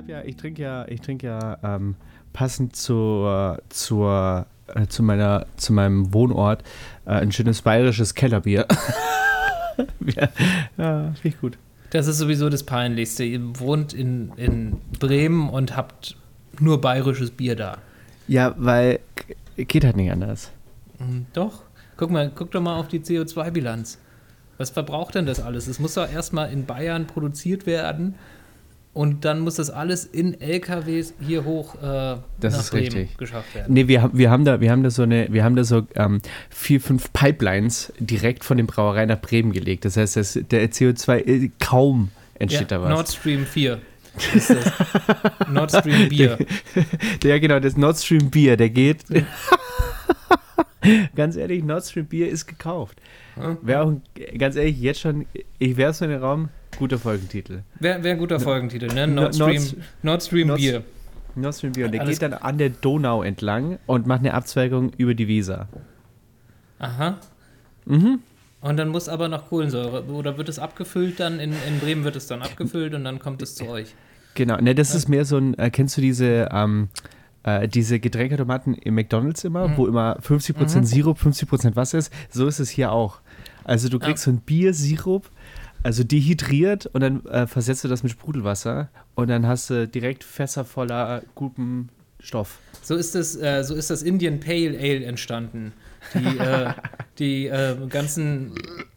trinke ja passend zu meinem Wohnort ein schönes bayerisches Kellerbier. Ja, finde ich gut. Das ist sowieso das Peinlichste. Ihr wohnt in Bremen und habt nur bayerisches Bier da. Ja, weil geht halt nicht anders. Doch. Guck doch mal auf die CO2-Bilanz. Was verbraucht denn das alles? Es muss doch erstmal in Bayern produziert werden und dann muss das alles in LKWs hier hoch nach Bremen geschafft werden. Nee, wir haben da so 4, 5 Pipelines direkt von den Brauereien nach Bremen gelegt. Das heißt, der CO2 kaum entsteht da was. Nord Stream 4 ist das. Nord Stream Bier. Ja, genau, das Nord Stream Bier, der geht. Ganz ehrlich, Nord Stream Bier ist gekauft. Wäre auch, ganz ehrlich, jetzt schon, ich wäre so in den Raum, guter Folgentitel. Wäre ein guter Folgentitel, ne? Nord Stream Bier. Nord Stream Bier. Und der geht dann an der Donau entlang und macht eine Abzweigung über die Weser. Aha. Mhm. Und dann muss aber noch Kohlensäure, oder wird es abgefüllt dann? In Bremen wird es dann abgefüllt und dann kommt es zu euch. Genau, ne, das ist mehr so ein, kennst du diese Getränkeautomaten im McDonald's immer, wo immer 50% Sirup, 50% Wasser ist? So ist es hier auch. Also du kriegst so ein Bier-Sirup, also dehydriert und dann versetzt du das mit Sprudelwasser und dann hast du direkt Fässer voller gutem Stoff. So ist das Indian Pale Ale entstanden. Die ganzen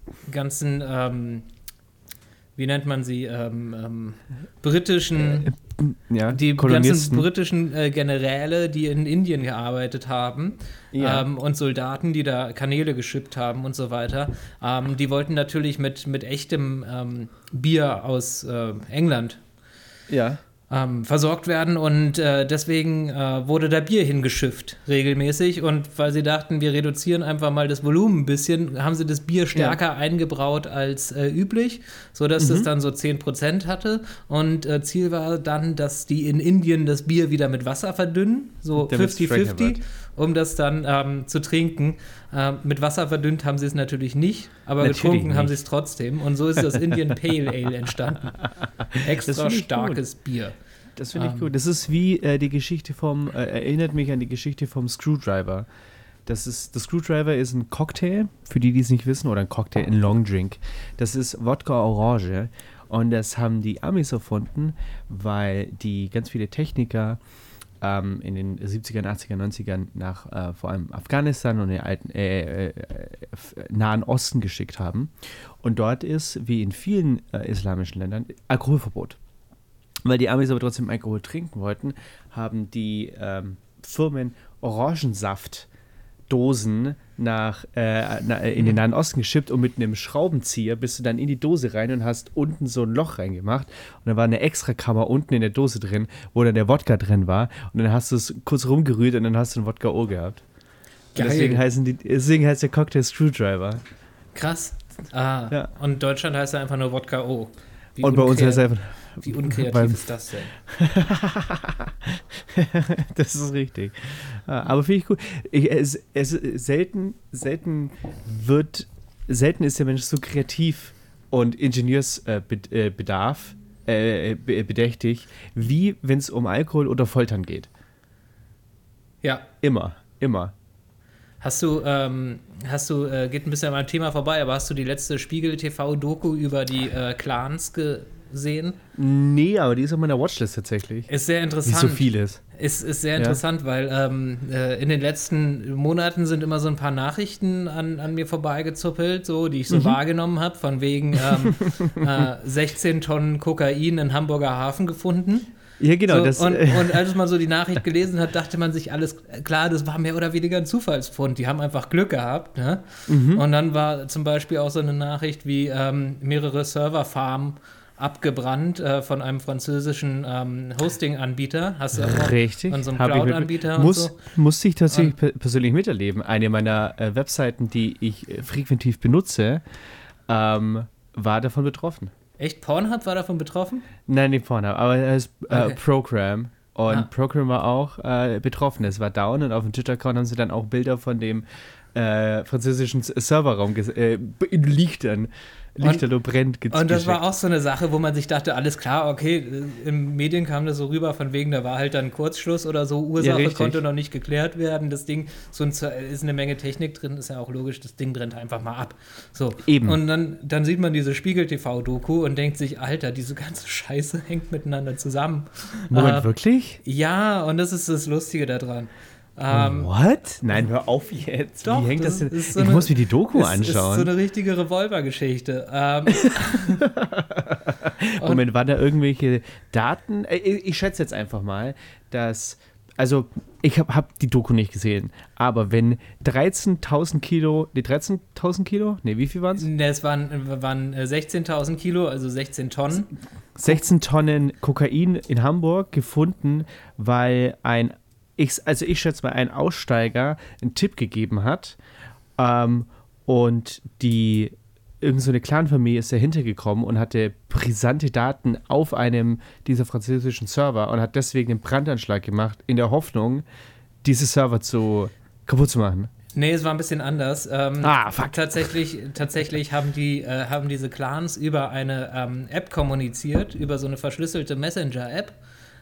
wie nennt man sie, britischen, die ganzen britischen Generäle, die in Indien gearbeitet haben, und Soldaten, die da Kanäle geschippt haben und so weiter, die wollten natürlich mit echtem Bier aus England versorgt werden und deswegen wurde da Bier hingeschifft regelmäßig und weil sie dachten, wir reduzieren einfach mal das Volumen ein bisschen, haben sie das Bier stärker eingebraut als üblich, sodass es dann so 10% hatte und Ziel war dann, dass die in Indien das Bier wieder mit Wasser verdünnen, so 50-50, um das dann zu trinken. Mit Wasser verdünnt haben sie es natürlich nicht, aber getrunken haben sie es trotzdem. Und so ist das Indian Pale Ale entstanden. Extra starkes Bier. Das finde ich gut. Das ist wie die Geschichte erinnert mich an die Geschichte vom Screwdriver. Der Screwdriver ist ein Cocktail, für die es nicht wissen, oder ein Cocktail, ein Longdrink. Das ist Wodka Orange. Und das haben die Amis erfunden, weil die ganz viele Techniker in den 70ern, 80ern, 90ern nach vor allem Afghanistan und den alten Nahen Osten geschickt haben. Und dort ist, wie in vielen islamischen Ländern, Alkoholverbot. Weil die Amis aber trotzdem Alkohol trinken wollten, haben die Firmen Orangensaftdosen in den Nahen Osten geschippt und mit einem Schraubenzieher bist du dann in die Dose rein und hast unten so ein Loch reingemacht und dann war eine Extrakammer unten in der Dose drin, wo dann der Wodka drin war und dann hast du es kurz rumgerührt und dann hast du ein Wodka O gehabt. Geil. Deswegen heißt der Cocktail Screwdriver. Krass. Und Deutschland heißt er einfach nur Wodka O. Und bei uns heißt er einfach... Wie unkreativ ist das denn? Das ist richtig. Aber finde ich gut. Selten ist der Mensch so kreativ und bedächtig, wie wenn es um Alkohol oder Foltern geht. Ja. Immer. geht ein bisschen an meinem Thema vorbei, aber hast du die letzte Spiegel-TV-Doku über die Clans gesehen? Nee, aber die ist auf meiner Watchlist tatsächlich. Ist sehr interessant. Wie so vieles. Ist sehr interessant, weil in den letzten Monaten sind immer so ein paar Nachrichten an mir vorbeigezuppelt, so, die ich so wahrgenommen habe, von wegen 16 Tonnen Kokain in Hamburger Hafen gefunden. Ja, genau. So, und als man so die Nachricht gelesen hat, dachte man sich, alles klar, das war mehr oder weniger ein Zufallsfund. Die haben einfach Glück gehabt. Ne? Und dann war zum Beispiel auch so eine Nachricht wie mehrere Serverfarmen abgebrannt von einem französischen Hosting-Anbieter. Hast du auch richtig. Von so einem Cloud-Anbieter Musste ich tatsächlich persönlich miterleben. Eine meiner Webseiten, die ich frequentiv benutze, war davon betroffen. Echt? Pornhub war davon betroffen? Nein, nicht Pornhub, aber es ist Program. Und Program war auch betroffen. Es war down und auf dem Twitter-Account haben sie dann auch Bilder von dem französischen Serverraum in Lichtern und brennt. Und das war auch so eine Sache, wo man sich dachte, alles klar, okay, im Medien kam das so rüber, von wegen, da war halt dann Kurzschluss oder so, Ursache konnte noch nicht geklärt werden, das Ding, ist eine Menge Technik drin, ist ja auch logisch, das Ding brennt einfach mal ab. So. Eben. Und dann sieht man diese Spiegel-TV-Doku und denkt sich, Alter, diese ganze Scheiße hängt miteinander zusammen. Moment, wirklich? Ja, und das ist das Lustige daran. What? Nein, hör auf jetzt. Doch, wie hängt das denn? So ich muss mir die Doku anschauen. Das ist so eine richtige Revolver-Geschichte. Moment, waren da irgendwelche Daten? Ich schätze jetzt einfach mal, dass, also ich hab die Doku nicht gesehen, aber wenn 13.000 Kilo, wie viel waren es? Es waren 16.000 Kilo, also 16 Tonnen. 16 Tonnen Kokain in Hamburg gefunden, weil ich schätze mal, ein Aussteiger einen Tipp gegeben hat und irgend so eine Clanfamilie ist dahinter gekommen und hatte brisante Daten auf einem dieser französischen Server und hat deswegen einen Brandanschlag gemacht, in der Hoffnung, diese Server kaputt zu machen. Nee, es war ein bisschen anders. Fuck. Tatsächlich haben diese Clans über eine App kommuniziert, über so eine verschlüsselte Messenger-App.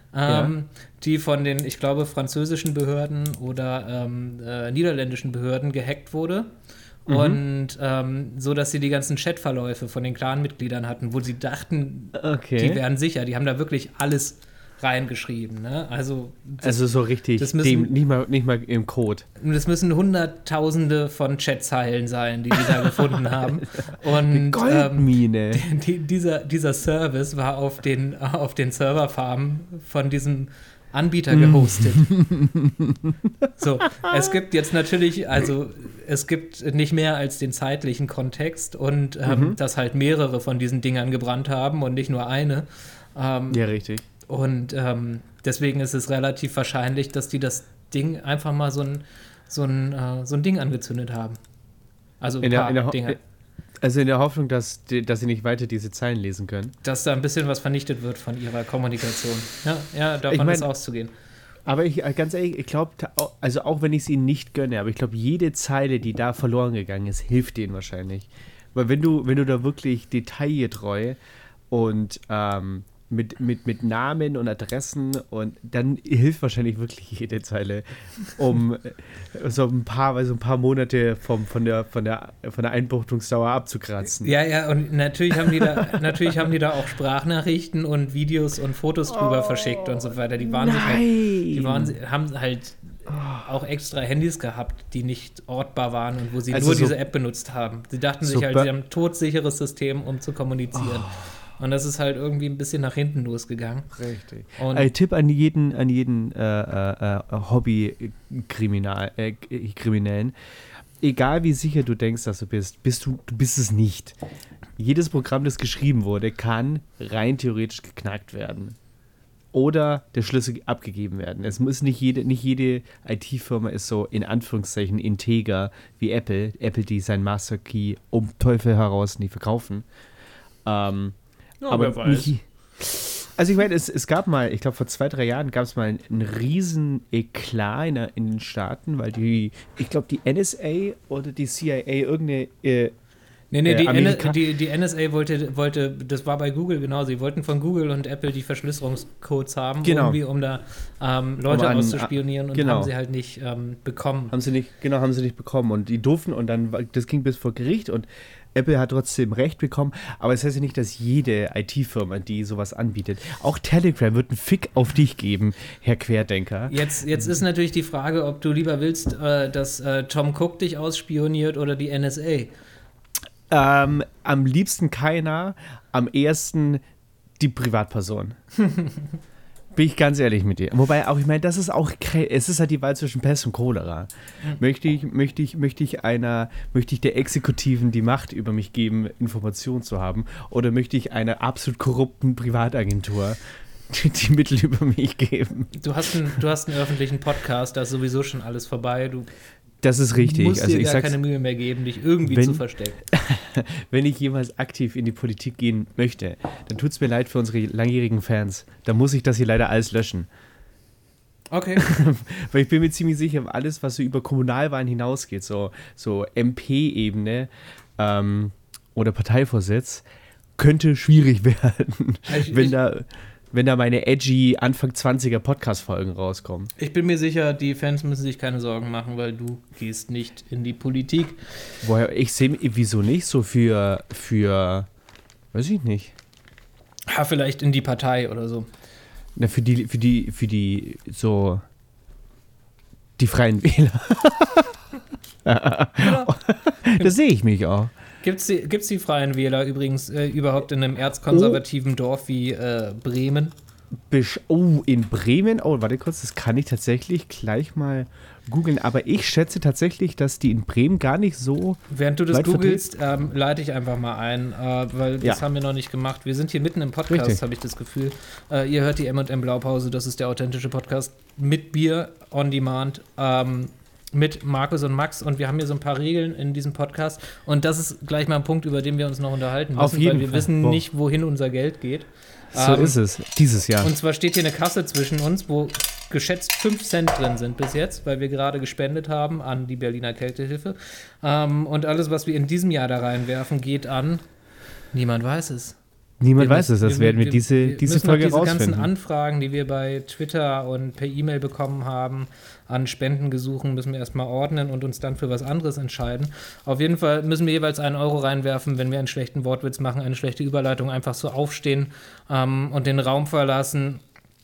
Die von den, ich glaube, französischen Behörden oder niederländischen Behörden gehackt wurde. Und so, dass sie die ganzen Chatverläufe von den Clan-Mitgliedern hatten, wo sie dachten, die wären sicher. Die haben da wirklich alles reingeschrieben. Ne? Also so richtig, nicht mal im Code. Das müssen Hunderttausende von Chatzeilen sein, die da gefunden haben. Und Goldmine. Dieser Service war auf den Serverfarmen von diesem Anbieter gehostet. So, es gibt jetzt natürlich, es gibt nicht mehr als den zeitlichen Kontext und dass halt mehrere von diesen Dingern gebrannt haben und nicht nur eine. Ja, richtig. Und deswegen ist es relativ wahrscheinlich, dass die das Ding einfach mal so ein Ding angezündet haben. Also ein paar Dinge. Also in der Hoffnung, dass sie nicht weiter diese Zeilen lesen können. Dass da ein bisschen was vernichtet wird von ihrer Kommunikation. Ja, davon ist auszugehen. Aber ganz ehrlich, ich glaube, also auch wenn ich es ihnen nicht gönne, aber ich glaube, jede Zeile, die da verloren gegangen ist, hilft denen wahrscheinlich. Weil wenn du da wirklich detailgetreu und mit Namen und Adressen und dann hilft wahrscheinlich wirklich jede Zeile, um so ein paar Monate von der Einbuchtungsdauer abzukratzen. Ja, und natürlich haben die da auch Sprachnachrichten und Videos und Fotos drüber verschickt und so weiter. Haben halt auch extra Handys gehabt, die nicht ortbar waren und wo sie nur diese App benutzt haben. Sie dachten sich halt, sie haben ein todsicheres System, um zu kommunizieren. Und das ist halt irgendwie ein bisschen nach hinten losgegangen. Richtig. Ein Tipp an jeden Hobby-Kriminellen. Egal wie sicher du denkst, dass du bist, du bist es nicht. Jedes Programm, das geschrieben wurde, kann rein theoretisch geknackt werden. Oder der Schlüssel abgegeben werden. Es muss nicht jede IT-Firma ist so in Anführungszeichen integer wie Apple. Apple, die sein Master Key um Teufel heraus nicht verkaufen. Aber wer weiß. Also ich meine, es gab mal, ich glaube vor 2-3 Jahren gab es mal einen riesen Eklat in den Staaten, weil die NSA oder die CIA irgendeine die NSA wollte, das war bei Google genau, sie wollten von Google und Apple die Verschlüsselungscodes haben, irgendwie um da Leute auszuspionieren und haben sie halt nicht bekommen. Haben sie nicht bekommen und die durften und dann, das ging bis vor Gericht und Apple hat trotzdem Recht bekommen, aber es heißt ja nicht, dass jede IT-Firma, die sowas anbietet, auch Telegram wird einen Fick auf dich geben, Herr Querdenker. Jetzt ist natürlich die Frage, ob du lieber willst, dass Tom Cook dich ausspioniert oder die NSA. Am liebsten keiner, am ehesten die Privatperson. Bin ich ganz ehrlich mit dir. Wobei auch, ich meine, es ist halt die Wahl zwischen Pest und Cholera. Möchte ich der Exekutiven die Macht über mich geben, Informationen zu haben, oder möchte ich einer absolut korrupten Privatagentur die Mittel über mich geben? Du hast einen öffentlichen Podcast, da ist sowieso schon alles vorbei. Das ist richtig. Du musst dir gar keine Mühe mehr geben, dich irgendwie zu verstecken. Wenn ich jemals aktiv in die Politik gehen möchte, dann tut es mir leid für unsere langjährigen Fans. Dann muss ich das hier leider alles löschen. Okay. Weil ich bin mir ziemlich sicher, alles, was so über Kommunalwahlen hinausgeht, so MP-Ebene oder Parteivorsitz, könnte schwierig werden, wenn da meine edgy Anfang 20er Podcast-Folgen rauskommen. Ich bin mir sicher, die Fans müssen sich keine Sorgen machen, weil du gehst nicht in die Politik. Woher, ich sehe, wieso nicht so für, weiß ich nicht. Ja, vielleicht in die Partei oder so. Na, für die, so, die Freien Wähler. Genau. Da sehe ich mich auch. Gibt's die Freien Wähler übrigens überhaupt in einem erzkonservativen Dorf wie Bremen? In Bremen? Oh, warte kurz, das kann ich tatsächlich gleich mal googeln. Aber ich schätze tatsächlich, dass die in Bremen gar nicht so. Während du das googelst, leite ich einfach mal ein, weil das haben wir noch nicht gemacht. Wir sind hier mitten im Podcast, habe ich das Gefühl. Ihr hört die M&M Blaupause, das ist der authentische Podcast mit Bier on Demand. Mit Markus und Max und wir haben hier so ein paar Regeln in diesem Podcast und das ist gleich mal ein Punkt, über den wir uns noch unterhalten müssen, Auf jeden weil wir Fall. wissen nicht, wohin unser Geld geht. So ist es, dieses Jahr. Und zwar steht hier eine Kasse zwischen uns, wo geschätzt 5 Cent drin sind bis jetzt, weil wir gerade gespendet haben an die Berliner Kältehilfe. Und alles, was wir in diesem Jahr da reinwerfen, geht an, niemand weiß es. Niemand weiß es, das werden wir diese Folge diese rausfinden. Ganzen Anfragen, die wir bei Twitter und per E-Mail bekommen haben, an Spendengesuchen, müssen wir erstmal ordnen und uns dann für was anderes entscheiden. Auf jeden Fall müssen wir jeweils 1 Euro reinwerfen, wenn wir einen schlechten Wortwitz machen, eine schlechte Überleitung, einfach so aufstehen und den Raum verlassen.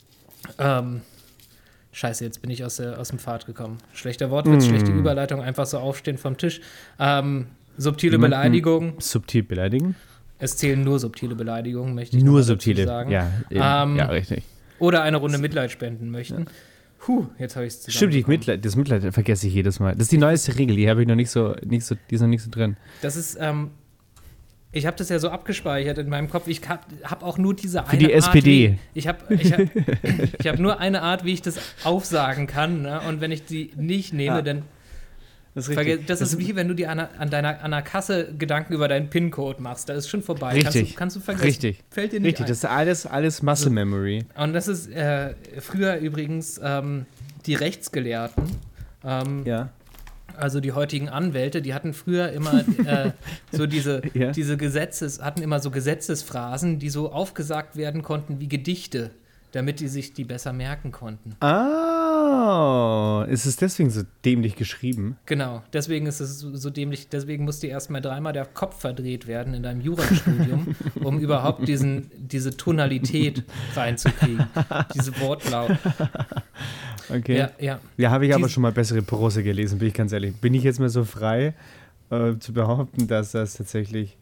Scheiße, jetzt bin ich aus dem Pfad gekommen. Schlechter Wortwitz, schlechte Überleitung, einfach so aufstehen vom Tisch. Subtile Beleidigung. Subtil beleidigen? Es zählen nur subtile Beleidigungen, möchte ich nur noch subtile sagen. Ja, ja, richtig. Oder eine Runde Mitleid spenden möchten. Jetzt habe ich es Stimmt, das Mitleid vergesse ich jedes Mal. Das ist die neueste Regel, die habe ich noch nicht so, die ist noch nicht so drin. Das ist, ich habe das ja so abgespeichert in meinem Kopf. Ich habe auch nur diese eine Für die Art, SPD. Ich hab nur eine Art, wie ich das aufsagen kann. Ne? Und wenn ich die nicht nehme, dann Das ist richtig. Das ist wie wenn du dir an der Kasse Gedanken über deinen PIN-Code machst. Da ist schon vorbei. Richtig. Kannst du vergessen. Richtig. Fällt dir nicht ein. Das ist alles Muscle Memory. Und das ist früher übrigens die Rechtsgelehrten. Ja. Also die heutigen Anwälte, die hatten früher immer so diese hatten immer so Gesetzesphrasen, die so aufgesagt werden konnten wie Gedichte, damit die sich die besser merken konnten. Ist es deswegen so dämlich geschrieben? Genau, deswegen ist es so dämlich, deswegen musste erstmal 3-mal der Kopf verdreht werden in deinem Jurastudium, um überhaupt diese Tonalität reinzukriegen, diese Wortlaut. Okay. Ja, habe ich aber schon mal bessere Prose gelesen, bin ich ganz ehrlich. Bin ich jetzt mal so frei, zu behaupten, dass das tatsächlich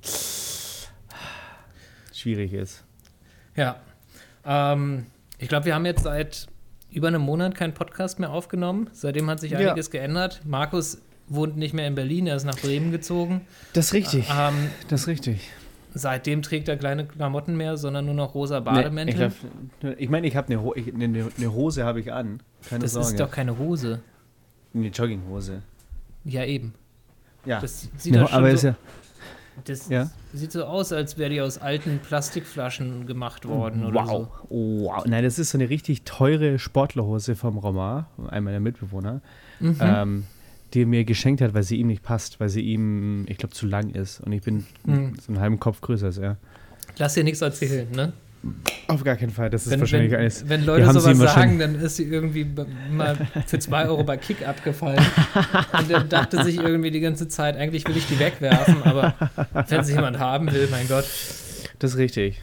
schwierig ist? Ja. Ich glaube, wir haben jetzt seit über einem Monat keinen Podcast mehr aufgenommen. Seitdem hat sich einiges geändert. Markus wohnt nicht mehr in Berlin, er ist nach Bremen gezogen. Das ist richtig. Das ist richtig. Seitdem trägt er kleine Klamotten mehr, sondern nur noch rosa Bademäntel. Ich meine, ich habe eine Hose habe ich an. Keine Sorge. Das ist doch keine Hose. Eine Jogginghose. Ja, eben. Ja. Das sieht doch schon aber so, ist das sieht so aus, als wäre die aus alten Plastikflaschen gemacht worden oder so. Wow. Nein, das ist so eine richtig teure Sportlerhose vom Romain, einem meiner Mitbewohner, die er mir geschenkt hat, weil sie ihm nicht passt, weil sie ihm, ich glaube, zu lang ist. Und ich bin so einen halben Kopf größer als er. Lass dir nichts erzählen, ne? Auf gar keinen Fall, das ist wahrscheinlich alles. Wenn Leute sowas sagen, dann ist sie irgendwie mal für 2 Euro bei Kick abgefallen. Und er dachte sich irgendwie die ganze Zeit, eigentlich will ich die wegwerfen, aber wenn sie jemand haben will, mein Gott. Das ist richtig.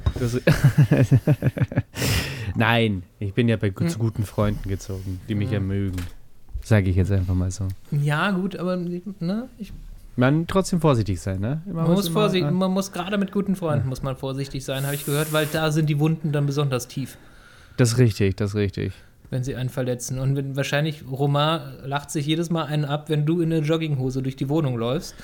Nein, ich bin ja zu guten Freunden gezogen, die mich ja mögen. Sage ich jetzt einfach mal so. Ja, gut, aber ne, man trotzdem vorsichtig sein, ne? Man muss gerade mit guten Freunden muss man vorsichtig sein, habe ich gehört, weil da sind die Wunden dann besonders tief. Das ist richtig. Wenn sie einen verletzen. Und wahrscheinlich, Romain lacht sich jedes Mal einen ab, wenn du in eine Jogginghose durch die Wohnung läufst.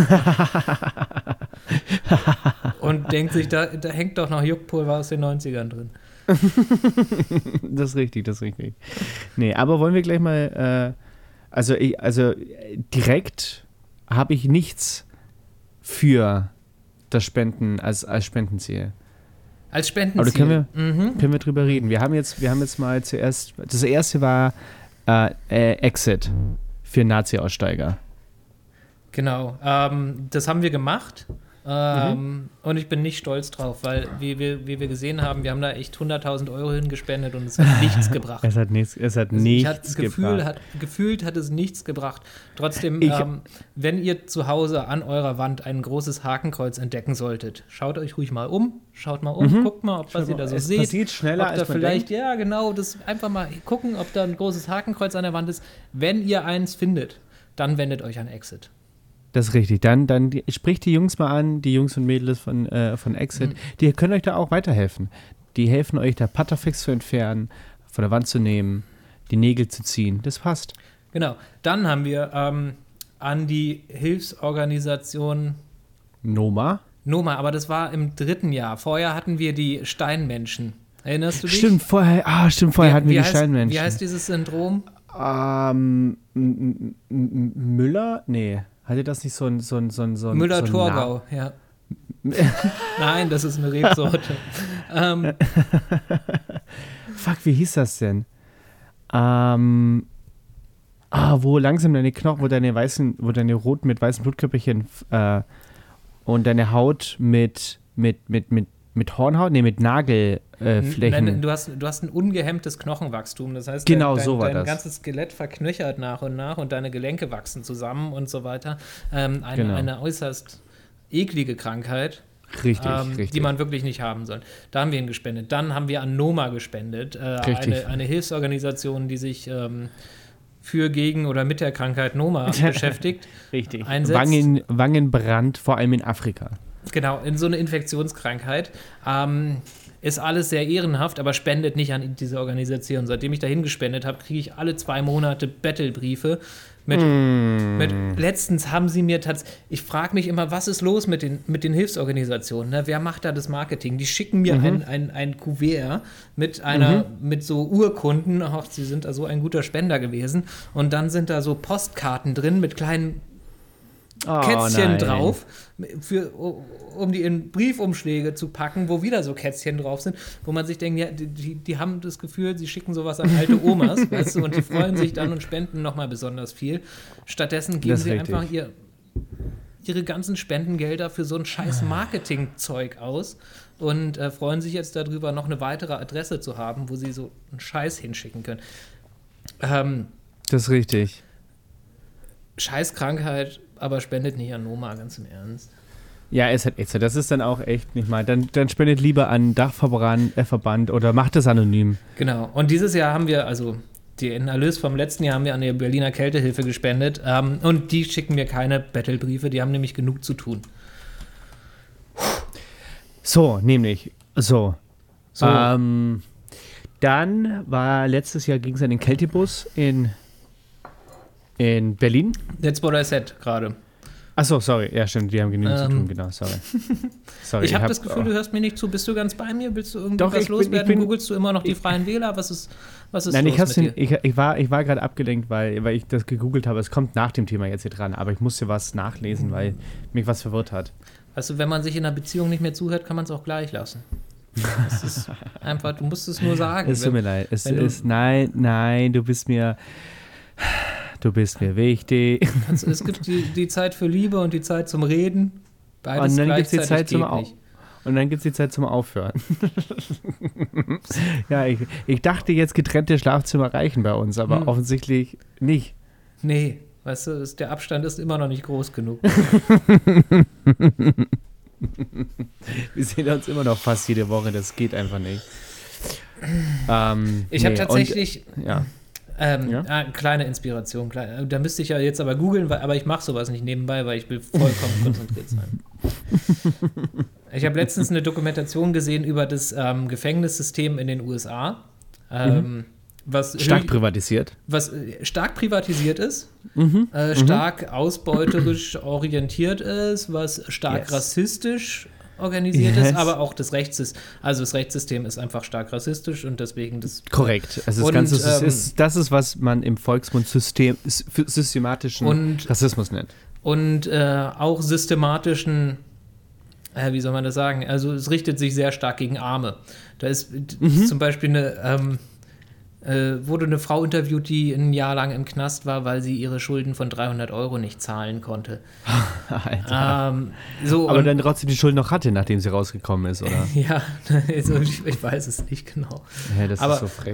Und denkt sich, da hängt doch noch Juckpulver aus den 90ern drin. Das ist richtig. Nee, aber wollen wir gleich mal, also direkt habe ich nichts für das Spenden als Spendenziel. Als Spendenziel. Aber da können wir drüber reden. Wir haben jetzt mal zuerst, das erste war Exit für Nazi-Aussteiger. Genau, das haben wir gemacht. Und ich bin nicht stolz drauf, weil, wie wir gesehen haben, wir haben da echt 100.000 Euro hingespendet und es hat nichts gebracht. Es hat nichts gebracht. Gefühlt hat es nichts gebracht. Trotzdem, wenn ihr zu Hause an eurer Wand ein großes Hakenkreuz entdecken solltet, schaut euch ruhig mal um, guckt mal, was ihr da so seht. Das sieht schneller, als man denkt. Ja, genau, das einfach mal gucken, ob da ein großes Hakenkreuz an der Wand ist. Wenn ihr eins findet, dann wendet euch an Exit. Das ist richtig. Dann spricht die Jungs mal an, die Jungs und Mädels von Exit. Die können euch da auch weiterhelfen. Die helfen euch, da Patterfix zu entfernen, von der Wand zu nehmen, die Nägel zu ziehen. Das passt. Genau. Dann haben wir an die Hilfsorganisation Noma, aber das war im 3. Jahr. Vorher hatten wir die Steinmenschen. Erinnerst du dich? Stimmt, vorher hatten wir die Steinmenschen. Wie heißt dieses Syndrom? Müller? Nee. Hatte das nicht so ein Müller-Thurgau, ja. Nein, das ist eine Rebsorte. Fuck, wie hieß das denn? Wo langsam deine Knochen, wo deine roten mit weißen Blutkörperchen und deine Haut mit Hornhaut, mit Nagelflächen. Nein, du hast ein ungehemmtes Knochenwachstum. Das heißt, genau, dein ganzes Skelett verknöchert nach und deine Gelenke wachsen zusammen und so weiter. Eine äußerst eklige Krankheit. Richtig. Die man wirklich nicht haben soll. Da haben wir ihn gespendet. Dann haben wir an Noma gespendet. Eine Hilfsorganisation, die sich für, gegen oder mit der Krankheit Noma beschäftigt. Richtig. Einsetzt. Wangenbrand, vor allem in Afrika. Genau, in so eine Infektionskrankheit. Ist alles sehr ehrenhaft, aber spendet nicht an diese Organisation. Seitdem ich dahin gespendet habe, kriege ich alle 2 Monate Battlebriefe. Letztens haben sie mir ich frage mich immer, was ist los mit den Hilfsorganisationen? Ne? Wer macht da das Marketing? Die schicken mir ein Kuvert mit so Urkunden. Ach, sie sind da so ein guter Spender gewesen. Und dann sind da so Postkarten drin mit kleinen Kätzchen drauf, um die in Briefumschläge zu packen, wo wieder so Kätzchen drauf sind, wo man sich denkt, ja, die haben das Gefühl, sie schicken sowas an alte Omas, weißt du, und die freuen sich dann und spenden nochmal besonders viel. Stattdessen geben sie einfach ihre ganzen Spendengelder für so ein scheiß Marketingzeug aus und freuen sich jetzt darüber, noch eine weitere Adresse zu haben, wo sie so einen Scheiß hinschicken können. Das ist richtig. Scheißkrankheit, aber spendet nicht an Noma, ganz im Ernst. Ja, es hat echt so. Das ist dann auch echt nicht mal. Dann spendet lieber an Dachverband oder macht es anonym. Genau. Und dieses Jahr haben wir, also den Erlös vom letzten Jahr haben wir an die Berliner Kältehilfe gespendet. Und die schicken mir keine Battlebriefe, die haben nämlich genug zu tun. So, nämlich. So. Dann war letztes Jahr, ging es an den Kältebus in Berlin. That's what I said gerade. Achso, sorry. Ja, stimmt, die haben genügend zu tun, genau, sorry. Ich habe das Gefühl, du hörst mir nicht zu. Bist du ganz bei mir? Willst du irgendwas loswerden? Googelst du immer noch die Freien Wähler? Was ist nein, los mit dir? Ich war gerade abgelenkt, weil ich das gegoogelt habe. Es kommt nach dem Thema jetzt hier dran, aber ich musste was nachlesen, weil mich was verwirrt hat. Weißt du, wenn man sich in einer Beziehung nicht mehr zuhört, kann man es auch gleich lassen. Das ist einfach, du musst es nur sagen. Es tut mir leid. Nein, du bist mir wichtig. Es gibt die Zeit für Liebe und die Zeit zum Reden. Beides und dann gleichzeitig gibt's die Zeit geht nicht. Und dann gibt es die Zeit zum Aufhören. Ja, ich dachte jetzt, getrennte Schlafzimmer reichen bei uns, aber offensichtlich nicht. Nee, weißt du, der Abstand ist immer noch nicht groß genug. Wir sehen uns immer noch fast jede Woche, das geht einfach nicht. Ich habe tatsächlich... Ja. Kleine Inspiration. Da müsste ich ja jetzt aber googeln, aber ich mache sowas nicht nebenbei, weil ich will vollkommen konzentriert sein. Ich habe letztens eine Dokumentation gesehen über das Gefängnissystem in den USA. Was stark privatisiert ist, stark ausbeuterisch orientiert ist, was stark rassistisch organisiert ist, aber auch das Rechtssystem ist einfach stark rassistisch und deswegen das... Korrekt. Also das ist, was man im Volksmund systematischen Rassismus nennt. Und auch systematischen wie soll man das sagen? Also es richtet sich sehr stark gegen Arme. Da ist zum Beispiel wurde eine Frau interviewt, die ein Jahr lang im Knast war, weil sie ihre Schulden von 300 € nicht zahlen konnte. Alter. Aber dann trotzdem die Schulden noch hatte, nachdem sie rausgekommen ist, oder? Ja, also ich weiß es nicht genau. Ja, das ist so frech.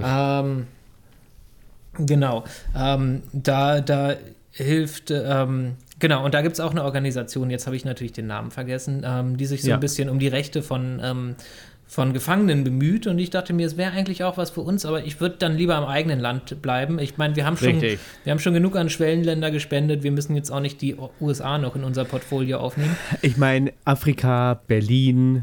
Genau. Da hilft, genau, und da gibt es auch eine Organisation, jetzt habe ich natürlich den Namen vergessen, die sich so ein bisschen um die Rechte von Gefangenen bemüht, und ich dachte mir, es wäre eigentlich auch was für uns, aber ich würde dann lieber im eigenen Land bleiben. Ich meine, wir haben schon genug an Schwellenländer gespendet, wir müssen jetzt auch nicht die USA noch in unser Portfolio aufnehmen. Ich meine, Afrika, Berlin,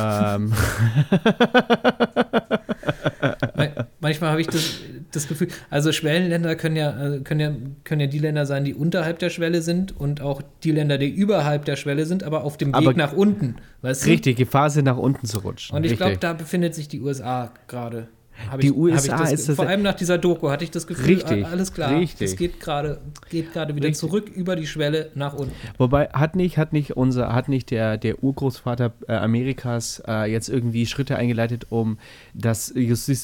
Manchmal habe ich das Gefühl, also Schwellenländer können ja die Länder sein, die unterhalb der Schwelle sind, und auch die Länder, die überhalb der Schwelle sind, aber auf dem Weg nach unten. Weißt du? Richtig, Gefahr sind, nach unten zu rutschen. Und ich glaube, da befindet sich die USA gerade. Vor allem nach dieser Doku hatte ich das Gefühl, alles klar, richtig. Es geht gerade wieder zurück über die Schwelle nach unten. Wobei, hat nicht der Urgroßvater Amerikas jetzt irgendwie Schritte eingeleitet, um das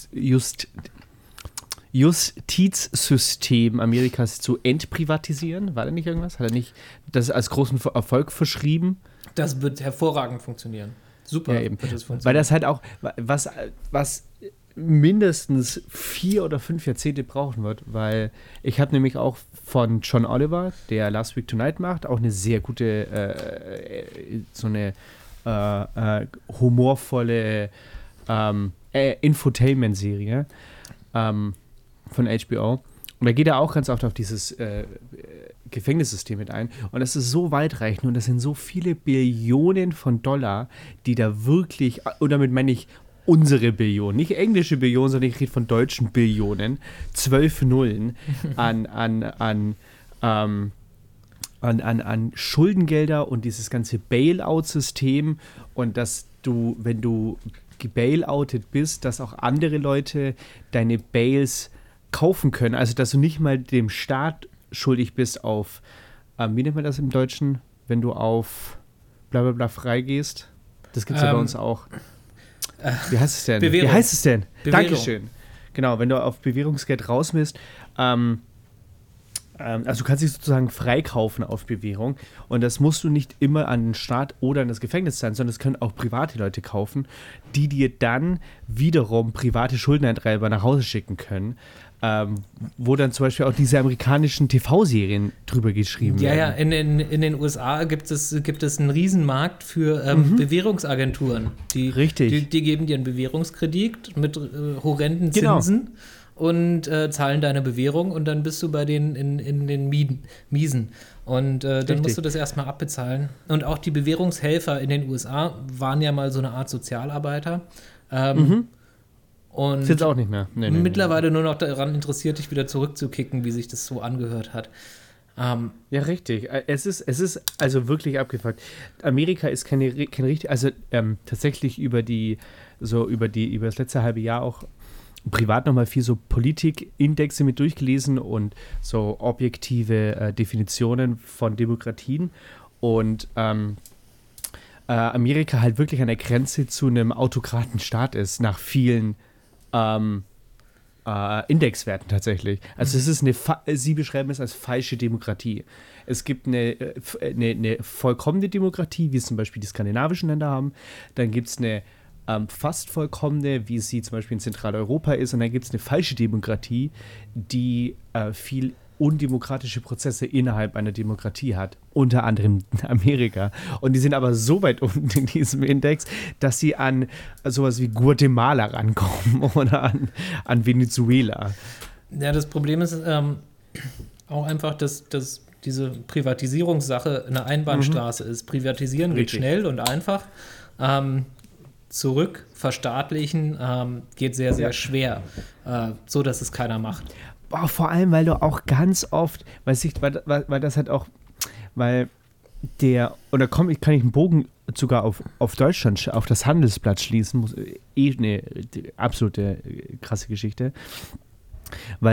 Justizsystem Amerikas zu entprivatisieren? War da nicht irgendwas? Hat er nicht das als großen Erfolg verschrieben? Das wird hervorragend funktionieren. Super, ja, eben. Wird das funktionieren. Weil das halt auch, was mindestens 4 oder 5 Jahrzehnte brauchen wird, weil ich habe nämlich auch von John Oliver, der Last Week Tonight macht, auch eine sehr gute, humorvolle Infotainment-Serie von HBO. Und da geht er auch ganz oft auf dieses Gefängnissystem mit ein. Und das ist so weitreichend, und das sind so viele Billionen von Dollar, die da wirklich, und damit meine ich unsere Billionen, nicht englische Billionen, sondern ich rede von deutschen Billionen, 12 Nullen an Schuldengelder und dieses ganze Bailout-System, und dass du, wenn du gebailoutet bist, dass auch andere Leute deine Bails kaufen können, also dass du nicht mal dem Staat schuldig bist auf, wie nennt man das im Deutschen, wenn du auf blablabla freigehst? Das gibt es ja bei uns auch. Wie heißt es denn? Bewährung. Wie heißt es denn? Bewährung. Dankeschön. Genau, wenn du auf Bewährungsgeld raus bist, also du kannst dich sozusagen freikaufen auf Bewährung, und das musst du nicht immer an den Staat oder an das Gefängnis sein, sondern das können auch private Leute kaufen, die dir dann wiederum private Schuldeneintreiber nach Hause schicken können, wo dann zum Beispiel auch diese amerikanischen TV-Serien drüber geschrieben werden. Ja, in den USA gibt es einen Riesenmarkt für Bewährungsagenturen. Richtig. Die geben dir einen Bewährungskredit mit horrenden Zinsen und zahlen deine Bewährung, und dann bist du bei denen in den Miesen. Und dann musst du das erstmal abbezahlen. Und auch die Bewährungshelfer in den USA waren ja mal so eine Art Sozialarbeiter. Und ist jetzt auch nicht mehr. Nee, mittlerweile nur noch daran interessiert, dich wieder zurückzukicken, wie sich das so angehört hat. Ja, richtig. Es ist also wirklich abgefuckt. Amerika ist kein richtig, also tatsächlich über das letzte halbe Jahr auch privat nochmal viel so Politikindexe mit durchgelesen und so objektive Definitionen von Demokratien, und Amerika halt wirklich an der Grenze zu einem Autokratenstaat ist, nach vielen Indexwerten tatsächlich. Also es ist sie beschreiben es als falsche Demokratie. Es gibt eine vollkommene Demokratie, wie es zum Beispiel die skandinavischen Länder haben. Dann gibt es eine fast vollkommene, wie sie zum Beispiel in Zentraleuropa ist. Und dann gibt es eine falsche Demokratie, die viel undemokratische Prozesse innerhalb einer Demokratie hat, unter anderem Amerika. Und die sind aber so weit unten in diesem Index, dass sie an sowas wie Guatemala rankommen oder an Venezuela. Ja, das Problem ist auch einfach, dass diese Privatisierungssache eine Einbahnstraße ist. Privatisieren geht schnell und einfach. Zurück verstaatlichen geht sehr, sehr schwer, so dass es keiner macht. Boah, vor allem, weil du auch ganz oft, weil das halt auch, weil und da kann ich einen Bogen sogar auf Deutschland, auf das Handelsblatt schließen, eine absolute krasse Geschichte, weil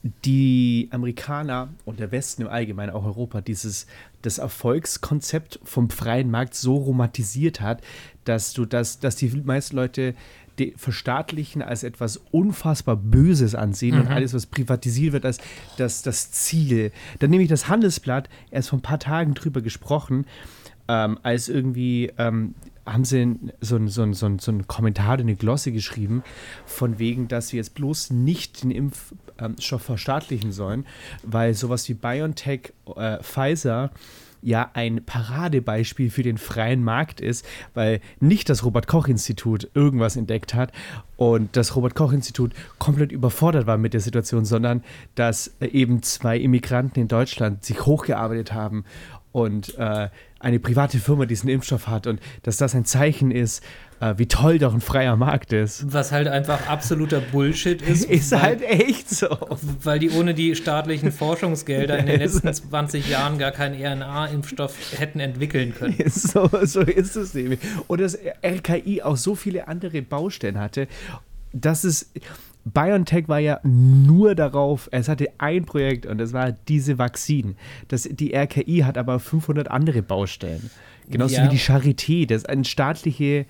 die Amerikaner und der Westen im Allgemeinen, auch Europa, das Erfolgskonzept vom freien Markt so romantisiert hat, dass die meisten Leute die verstaatlichen als etwas unfassbar Böses ansehen und alles, was privatisiert wird, als das Ziel. Dann nehme ich das Handelsblatt, erst vor ein paar Tagen drüber gesprochen, als irgendwie haben sie so einen Kommentar, eine Glosse geschrieben, von wegen, dass wir jetzt bloß nicht den Impfstoff verstaatlichen sollen, weil sowas wie BioNTech, Pfizer ja ein Paradebeispiel für den freien Markt ist, weil nicht das Robert-Koch-Institut irgendwas entdeckt hat und das Robert-Koch-Institut komplett überfordert war mit der Situation, sondern dass eben 2 Immigranten in Deutschland sich hochgearbeitet haben und eine private Firma diesen Impfstoff hat und dass das ein Zeichen ist, wie toll doch ein freier Markt ist. Was halt einfach absoluter Bullshit ist. Ist halt echt so. Weil die ohne die staatlichen Forschungsgelder in den letzten 20 Jahren gar keinen RNA-Impfstoff hätten entwickeln können. So ist es nämlich. Und das RKI auch so viele andere Baustellen hatte, dass es... BioNTech war ja nur darauf, es hatte ein Projekt und das war diese Vakzin. Die RKI hat aber 500 andere Baustellen. Genauso wie die Charité. Das ist ein staatliches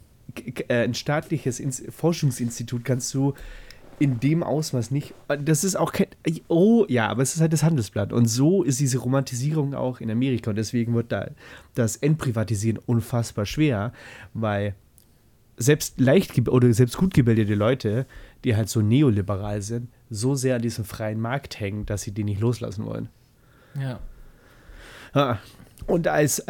Forschungsinstitut kannst du in dem Ausmaß nicht. Das ist auch kein. Oh ja, aber es ist halt das Handelsblatt. Und so ist diese Romantisierung auch in Amerika. Und deswegen wird da das Entprivatisieren unfassbar schwer, weil selbst selbst gut gebildete Leute, die halt so neoliberal sind, so sehr an diesem freien Markt hängen, dass sie den nicht loslassen wollen. Ja. Und als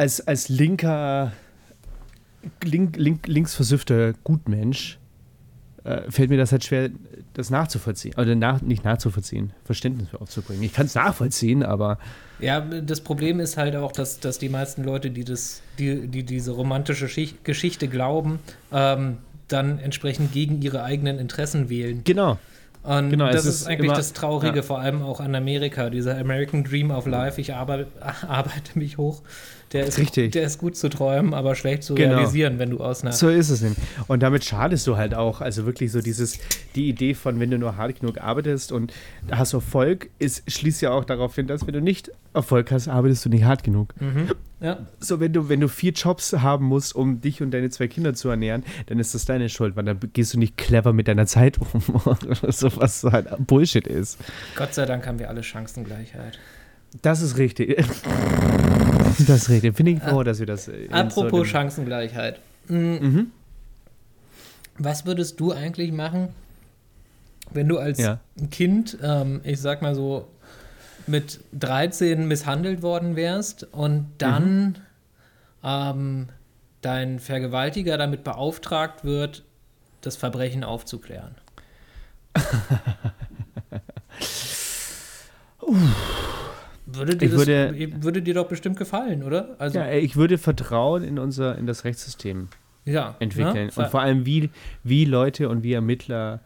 linksversüffter Gutmensch fällt mir das halt schwer, das nachzuvollziehen. Oder nicht nachzuvollziehen, Verständnis für aufzubringen. Ich kann es nachvollziehen, aber... Ja, das Problem ist halt auch, dass die meisten Leute, die diese romantische Geschichte glauben, dann entsprechend gegen ihre eigenen Interessen wählen. Genau. Und das ist eigentlich immer das Traurige, vor allem auch an Amerika. Dieser American Dream of Life, ich arbeite mich hoch. Der ist gut zu träumen, aber schlecht zu realisieren, wenn du ausnahmst. So ist es nämlich. Und damit schadest du halt auch. Also wirklich so die Idee von, wenn du nur hart genug arbeitest und hast Erfolg, schließt ja auch darauf hin, dass wenn du nicht Erfolg hast, arbeitest du nicht hart genug. Ja. So, wenn du 4 Jobs haben musst, um dich und deine 2 Kinder zu ernähren, dann ist das deine Schuld, weil dann gehst du nicht clever mit deiner Zeit um. So was halt Bullshit ist. Gott sei Dank haben wir alle Chancengleichheit. Das ist richtig. Das ist richtig. Finde ich froh, dass wir das... Apropos Chancengleichheit. Was würdest du eigentlich machen, wenn du als Kind, ich sag mal so, mit 13 misshandelt worden wärst und dann dein Vergewaltiger damit beauftragt wird, das Verbrechen aufzuklären? Würde dir doch bestimmt gefallen, oder? Also, ja, ich würde Vertrauen in das Rechtssystem entwickeln. Ja, und vor allem, wie Leute und wie Ermittler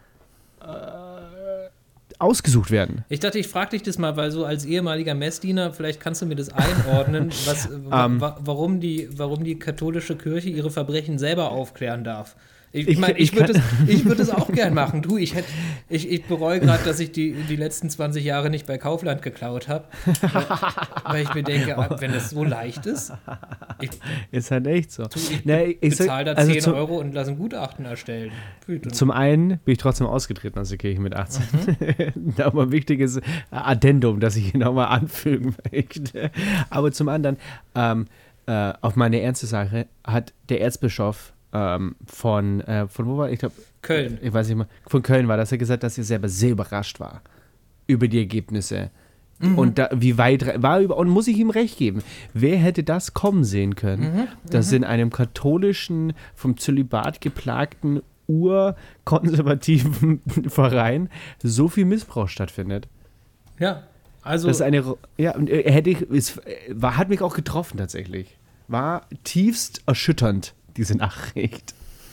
ausgesucht werden. Ich dachte, ich frage dich das mal, weil so als ehemaliger Messdiener, vielleicht kannst du mir das einordnen, warum die katholische Kirche ihre Verbrechen selber aufklären darf. Ich würde es auch gern machen. Du, ich bereue gerade, dass ich die letzten 20 Jahre nicht bei Kaufland geklaut habe. Weil ich mir denke, wenn es so leicht ist. Ist halt echt so. Ich bezahle da 10 Euro und lasse ein Gutachten erstellen. Zum einen bin ich trotzdem ausgetreten aus der Kirche mit 18. Aber ein wichtiges Addendum, das ich hier nochmal anfügen möchte. Aber zum anderen, auf meine ernste Sache hat der Erzbischof von wo war ich glaube Köln. Ich weiß nicht mehr. Von Köln war, dass er gesagt hat, dass er selber sehr überrascht war über die Ergebnisse. Und wie weit und muss ich ihm recht geben. Wer hätte das kommen sehen können, dass in einem katholischen, vom Zölibat geplagten, urkonservativen Verein so viel Missbrauch stattfindet? Ja, also. Das ist hat mich auch getroffen tatsächlich. War tiefst erschütternd, diese Nachricht.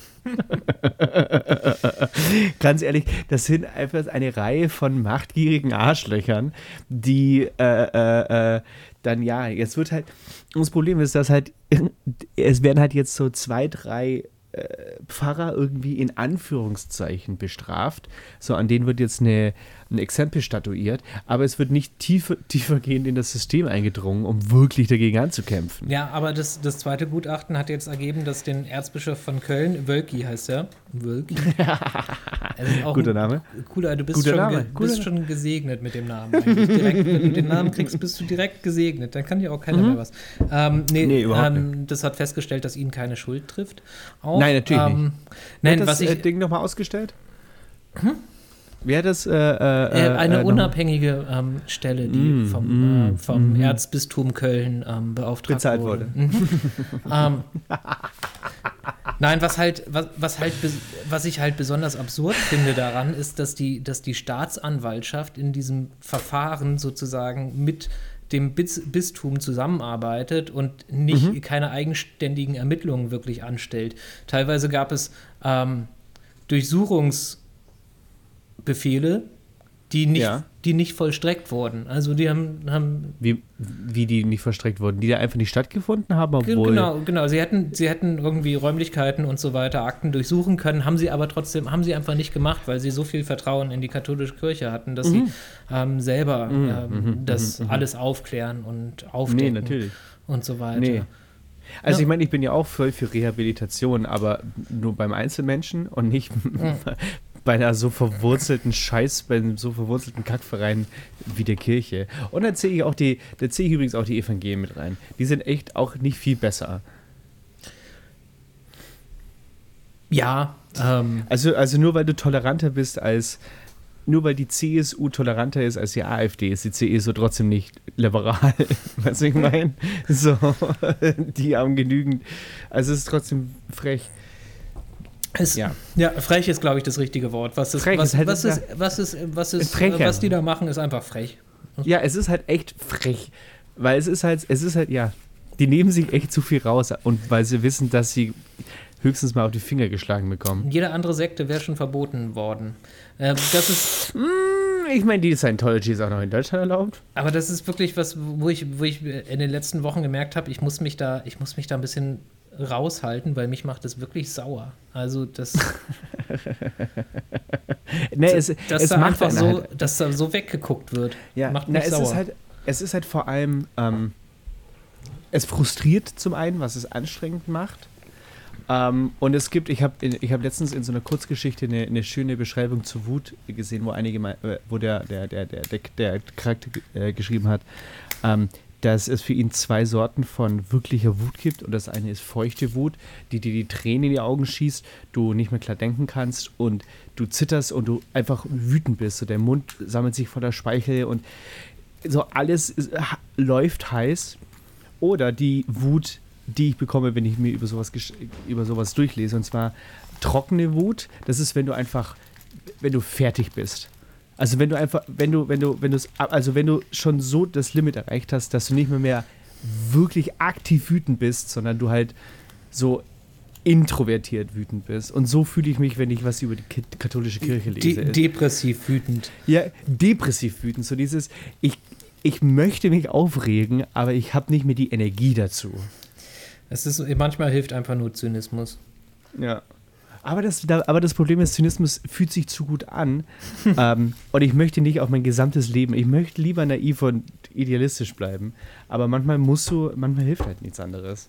Ganz ehrlich, das sind einfach eine Reihe von machtgierigen Arschlöchern, die dann jetzt wird halt, das Problem ist, dass halt, es werden halt jetzt so 2, 3 Pfarrer irgendwie in Anführungszeichen bestraft. So, an denen wird jetzt eine ein Exempel statuiert, aber es wird nicht tiefergehend in das System eingedrungen, um wirklich dagegen anzukämpfen. Ja, aber das zweite Gutachten hat jetzt ergeben, dass den Erzbischof von Köln, Wölki heißt er. Wölki? Guter Name. Cooler, du bist schon gesegnet mit dem Namen eigentlich. Direkt, wenn du den Namen kriegst, bist du direkt gesegnet. Dann kann dir auch keiner mehr was. Nee, überhaupt nicht. Das hat festgestellt, dass ihn keine Schuld trifft. Auch, nein, natürlich nicht. Nein, Wer hat das Ding nochmal ausgestellt? Wer hat das? Eine unabhängige Stelle, die vom Erzbistum Köln beauftragt bezahlt wurde. Nein, was ich halt besonders absurd finde daran, ist, dass die Staatsanwaltschaft in diesem Verfahren sozusagen mit dem Bistum zusammenarbeitet und nicht keine eigenständigen Ermittlungen wirklich anstellt. Teilweise gab es Durchsuchungsbefehle, die nicht vollstreckt wurden. Also die haben wie die nicht vollstreckt wurden, die da einfach nicht stattgefunden haben, obwohl... Genau. Sie hätten irgendwie Räumlichkeiten und so weiter, Akten durchsuchen können, haben sie aber trotzdem, haben sie einfach nicht gemacht, weil sie so viel Vertrauen in die katholische Kirche hatten, dass sie selber das alles aufklären und aufdecken natürlich. und so weiter. Nee. Also ich meine, ich bin ja auch voll für Rehabilitation, aber nur beim Einzelmenschen und nicht bei einer so verwurzelten bei einem so verwurzelten Kackverein wie der Kirche. Und da zähle ich übrigens auch die Evangelien mit rein. Die sind echt auch nicht viel besser. Ja. Also nur weil du toleranter bist nur weil die CSU toleranter ist als die AfD, ist die CSU trotzdem nicht liberal. Weißt du, ich meine? So, die haben genügend. Also es ist trotzdem frech. Frech ist, glaube ich, das richtige Wort. Was die da machen, ist einfach frech. Ja, es ist halt echt frech. Weil es ist halt, die nehmen sich echt zu viel raus und weil sie wissen, dass sie höchstens mal auf die Finger geschlagen bekommen. Jede andere Sekte wäre schon verboten worden. Das ist... Ich meine, die Scientology ist auch noch in Deutschland erlaubt. Aber das ist wirklich was, wo ich in den letzten Wochen gemerkt habe, ich muss mich da ein bisschen raushalten, weil mich macht das wirklich sauer. Also das... dass da einfach so, dass da so weggeguckt wird, macht mich sauer. Es ist halt vor allem... es frustriert zum einen, was es anstrengend macht. Und es gibt, ich hab letztens in so einer Kurzgeschichte eine schöne Beschreibung zur Wut gesehen, wo der Charakter geschrieben hat, dass es für ihn 2 Sorten von wirklicher Wut gibt. Und das eine ist feuchte Wut, die dir die Tränen in die Augen schießt, du nicht mehr klar denken kannst und du zitterst und du einfach wütend bist. So, der Mund sammelt sich voller Speichel und so alles läuft heiß. Oder die Wut, die ich bekomme, wenn ich mir über sowas durchlese. Und zwar trockene Wut. Das ist, wenn du fertig bist. Also wenn du schon so das Limit erreicht hast, dass du nicht mehr wirklich aktiv wütend bist, sondern du halt so introvertiert wütend bist. Und so fühle ich mich, wenn ich was über die katholische Kirche lese. Depressiv wütend. Ja, depressiv wütend. So dieses, ich möchte mich aufregen, aber ich habe nicht mehr die Energie dazu. Manchmal hilft einfach nur Zynismus. Ja. Aber das Problem ist, Zynismus fühlt sich zu gut an. Und ich möchte nicht auf mein gesamtes Leben. Ich möchte lieber naiv und idealistisch bleiben. Aber manchmal hilft halt nichts anderes.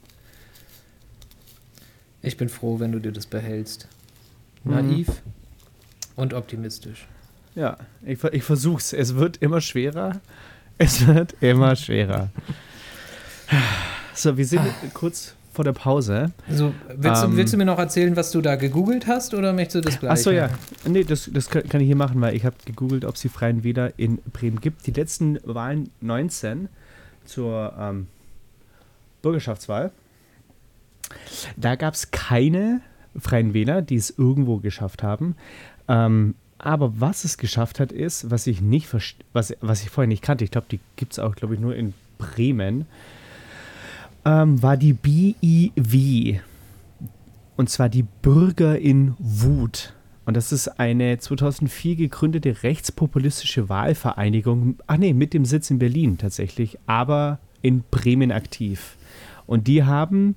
Ich bin froh, wenn du dir das behältst. Naiv und optimistisch. Ja, ich versuch's. Es wird immer schwerer. So, wir sind kurz vor der Pause. Also, willst du mir noch erzählen, was du da gegoogelt hast, oder möchtest du das gleich? Achso, ja. Nee, das kann ich hier machen, weil ich habe gegoogelt, ob es die Freien Wähler in Bremen gibt. Die letzten Wahlen 19 zur Bürgerschaftswahl, da gab es keine Freien Wähler, die es irgendwo geschafft haben. Aber was es geschafft hat, ist, was ich vorher nicht kannte, ich glaube, die gibt es auch, nur in Bremen, war die BIW. Und zwar die Bürger in Wut. Und das ist eine 2004 gegründete rechtspopulistische Wahlvereinigung, mit dem Sitz in Berlin tatsächlich, aber in Bremen aktiv. Und die haben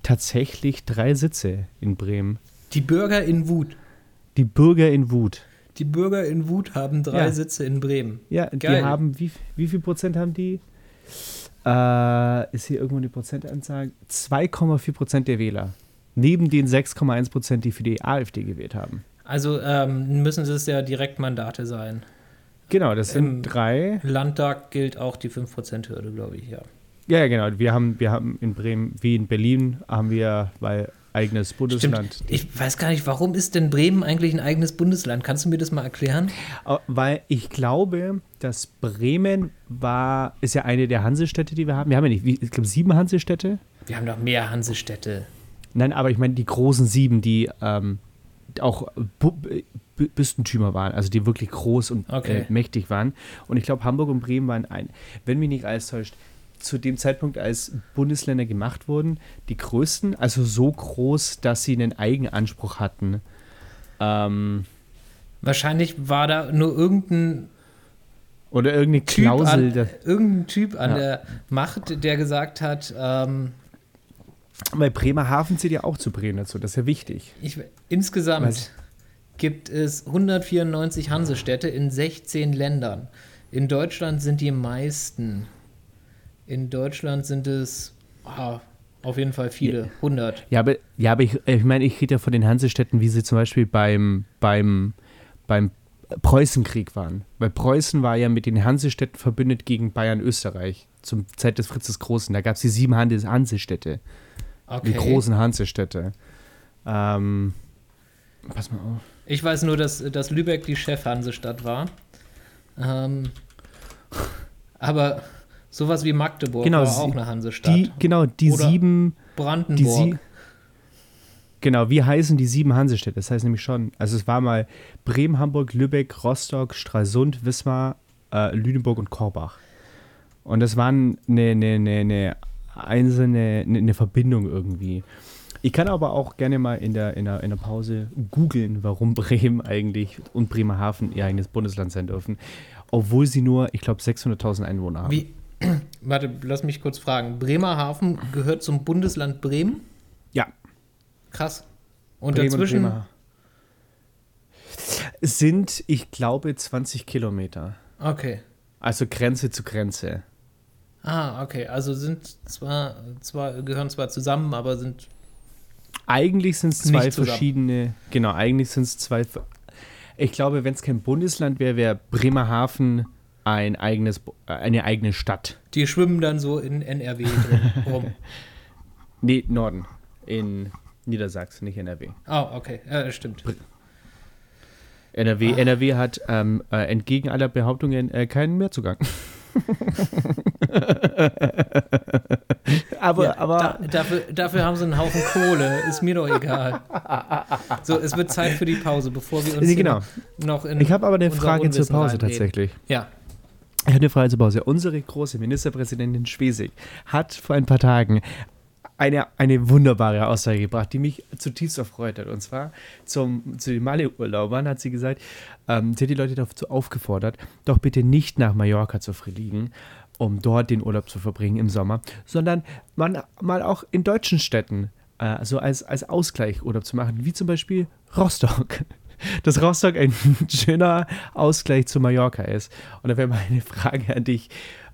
tatsächlich 3 Sitze in Bremen. Die Bürger in Wut. Die Bürger in Wut. Die Bürger in Wut haben 3 Sitze in Bremen. Ja, Geil. die haben, wie viel Prozent haben die? Ist hier irgendwo eine Prozentanzahl? 2,4% der Wähler. Neben den 6,1%, die für die AfD gewählt haben. Also müssen es ja Direktmandate sein. Genau, das sind 3. Landtag gilt auch die 5%-Hürde, glaube ich, ja. Ja, genau. Wir haben in Bremen, wie in Berlin, haben wir eigenes Bundesland. Stimmt. Ich weiß gar nicht, warum ist denn Bremen eigentlich ein eigenes Bundesland? Kannst du mir das mal erklären? Weil ich glaube, dass Bremen ist ja eine der Hansestädte, die wir haben. Wir haben ja nicht, ich glaube, 7 Hansestädte. Wir haben doch mehr Hansestädte. Nein, aber ich meine die großen 7, die auch Bistentümer waren, also die wirklich groß und mächtig waren. Und ich glaube, Hamburg und Bremen waren wenn mich nicht alles täuscht, zu dem Zeitpunkt, als Bundesländer gemacht wurden, die größten, also so groß, dass sie einen Eigenanspruch hatten. Wahrscheinlich war da nur irgendeine Klausel. Irgendein Typ an der Macht, der gesagt hat, weil Bremerhaven zählt ja auch zu Bremen dazu, das ist ja wichtig. Insgesamt gibt es 194 Hansestädte in 16 Ländern. In Deutschland sind die meisten. In Deutschland sind es auf jeden Fall viele, 100. Ja, aber ich meine, ich rede ja von den Hansestädten, wie sie zum Beispiel beim Preußenkrieg waren. Weil Preußen war ja mit den Hansestädten verbündet gegen Bayern-Österreich zur Zeit des Fritzes Großen. Da gab es die 7 Hansestädte. Okay. Die großen Hansestädte. Pass mal auf. Ich weiß nur, dass Lübeck die Chef-Hansestadt war. Aber sowas wie Magdeburg war auch eine Hansestadt. Die Oder 7 Brandenburg. Genau, wie heißen die 7 Hansestädte? Das heißt nämlich schon, also es war mal Bremen, Hamburg, Lübeck, Rostock, Stralsund, Wismar, Lüneburg und Korbach. Und das waren eine Verbindung irgendwie. Ich kann aber auch gerne mal in der Pause googeln, warum Bremen eigentlich und Bremerhaven ihr eigenes Bundesland sein dürfen, obwohl sie nur, ich glaube, 600.000 Einwohner haben. Warte, lass mich kurz fragen. Bremerhaven gehört zum Bundesland Bremen? Ja. Krass. Und Bremen dazwischen? Es sind, ich glaube, 20 Kilometer. Okay. Also Grenze zu Grenze. Okay. Also sind gehören zwar zusammen, aber sind eigentlich sind es 2 verschiedene, genau, eigentlich sind es 2, ich glaube, wenn es kein Bundesland wäre, wäre Bremerhaven eine eigene Stadt. Die schwimmen dann so in NRW drin rum. Nee, Norden, in Niedersachsen, nicht NRW. Okay, stimmt. NRW hat entgegen aller Behauptungen keinen Meerzugang. aber dafür haben sie einen Haufen Kohle. Ist mir doch egal. So, es wird Zeit für die Pause, bevor wir uns noch in Ich habe aber eine Frage zur Pause tatsächlich. Ja. Ich habe eine Frage zur Pause. Unsere große Ministerpräsidentin Schwesig hat vor ein paar Tagen eine wunderbare Aussage gebracht, die mich zutiefst erfreut hat. Und zwar zu den Malle-Urlaubern hat sie gesagt, sie hat die Leute dazu aufgefordert, doch bitte nicht nach Mallorca zu fliegen, um dort den Urlaub zu verbringen im Sommer, sondern mal auch in deutschen Städten so als Ausgleich Urlaub zu machen, wie zum Beispiel Rostock. Dass Rostock ein schöner Ausgleich zu Mallorca ist. Und da wäre meine Frage an dich,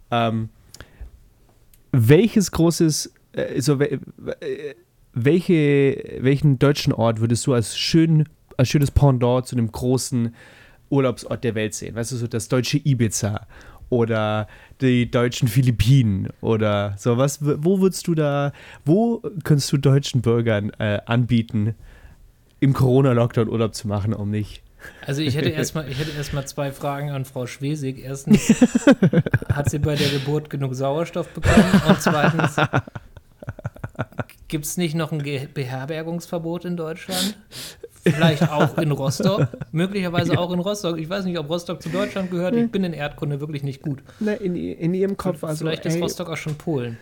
welchen deutschen Ort würdest du als schönes Pendant zu einem großen Urlaubsort der Welt sehen? Weißt du, so das deutsche Ibiza oder die deutschen Philippinen oder sowas. Wo könntest du deutschen Bürgern anbieten, im Corona-Lockdown Urlaub zu machen, um nicht... Also ich hätte erstmal 2 Fragen an Frau Schwesig. Erstens, hat sie bei der Geburt genug Sauerstoff bekommen? Und zweitens, gibt es nicht noch ein Beherbergungsverbot in Deutschland? Vielleicht auch in Rostock? Möglicherweise auch in Rostock. Ich weiß nicht, ob Rostock zu Deutschland gehört. Ich bin in Erdkunde wirklich nicht gut. Na, in ihrem Kopf. Also, vielleicht ist Rostock auch schon Polen.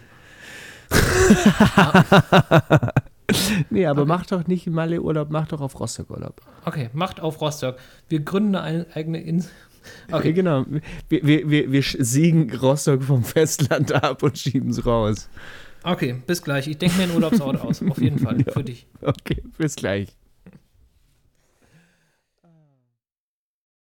Nee, aber mach doch nicht Malle-Urlaub, mach doch auf Rostock-Urlaub. Okay, macht auf Rostock. Wir gründen eine eigene Insel. Okay, genau. Wir siegen Rostock vom Festland ab und schieben es raus. Okay, bis gleich. Ich denke mir einen Urlaubsort aus, auf jeden Fall, für dich. Okay, bis gleich.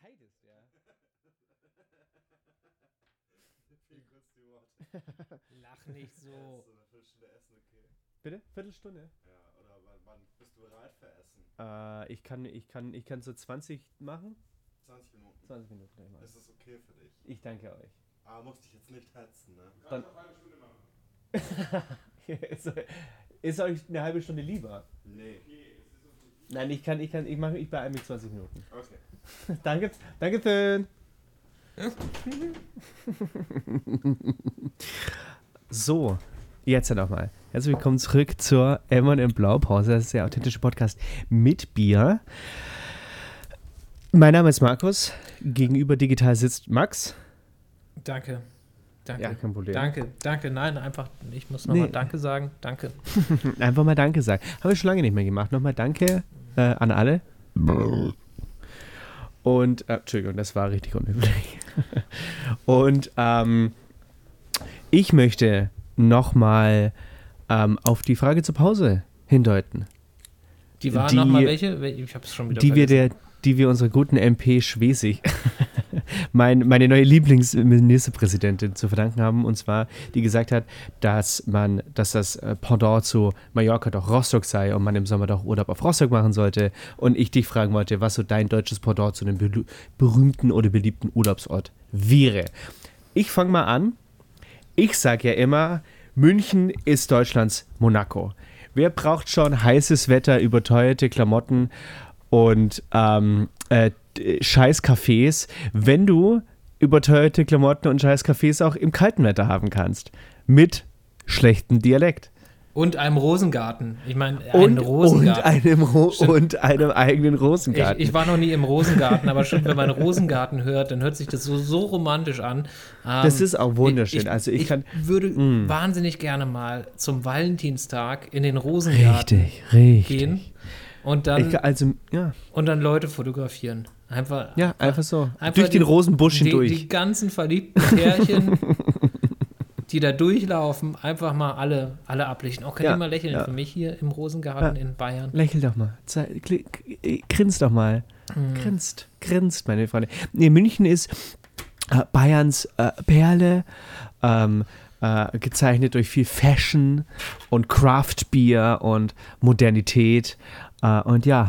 leidest, ja. Lach nicht so. Eine Viertelstunde essen, okay? Bitte? Viertelstunde? Ja, oder wann bist du bereit für Essen? Ich kann so 20 machen. 20 Minuten. 20 Minuten gleich mal. Ist das okay für dich? Ich danke euch. Aber musst dich jetzt nicht hetzen, ne? Dann noch eine Stunde machen. Ist euch eine halbe Stunde lieber? Nee. Nein, ich beeile mich 20 Minuten. Okay. Danke Finn. So, jetzt nochmal. Herzlich willkommen zurück zur M&M Blaupause. Das ist der authentische Podcast mit Bier. Mein Name ist Markus. Gegenüber digital sitzt Max. Danke. Ja, kein Problem. Danke. Nein, einfach, ich muss nochmal Danke sagen. Danke. Einfach mal Danke sagen. Haben wir schon lange nicht mehr gemacht. Nochmal Danke an alle. Und, Entschuldigung, das war richtig unüblich. Und ich möchte nochmal auf die Frage zur Pause hindeuten. Die war nochmal welche? Ich habe es schon wieder vergessen. Die wir unserer guten MP Schwesig, meine neue Lieblingsministerpräsidentin, zu verdanken haben. Und zwar, die gesagt hat, dass das Pendant zu Mallorca doch Rostock sei und man im Sommer doch Urlaub auf Rostock machen sollte. Und ich dich fragen wollte, was so dein deutsches Pendant zu einem berühmten oder beliebten Urlaubsort wäre. Ich fange mal an. Ich sage ja immer, München ist Deutschlands Monaco. Wer braucht schon heißes Wetter, überteuerte Klamotten und scheiß Cafés, wenn du überteuerte Klamotten und scheiß Cafés auch im kalten Wetter haben kannst? Mit schlechtem Dialekt. Und einem Rosengarten. Ich meine, Rosengarten. Und einem eigenen Rosengarten. Ich war noch nie im Rosengarten, aber schon, wenn man Rosengarten hört, dann hört sich das so romantisch an. Das ist auch wunderschön. Ich würde wahnsinnig gerne mal zum Valentinstag in den Rosengarten gehen. Und dann, und dann Leute fotografieren. Einfach so. Durch den Rosenbusch hindurch. Die ganzen verliebten Pärchen, die da durchlaufen, einfach mal alle ablichten. Auch kann ich mal lächeln für mich hier im Rosengarten in Bayern. Lächel doch mal. Grinst doch mal. Grinst, meine Freunde. Nee, München ist Bayerns Perle, gezeichnet durch viel Fashion und Craft-Bier und Modernität. Und ja,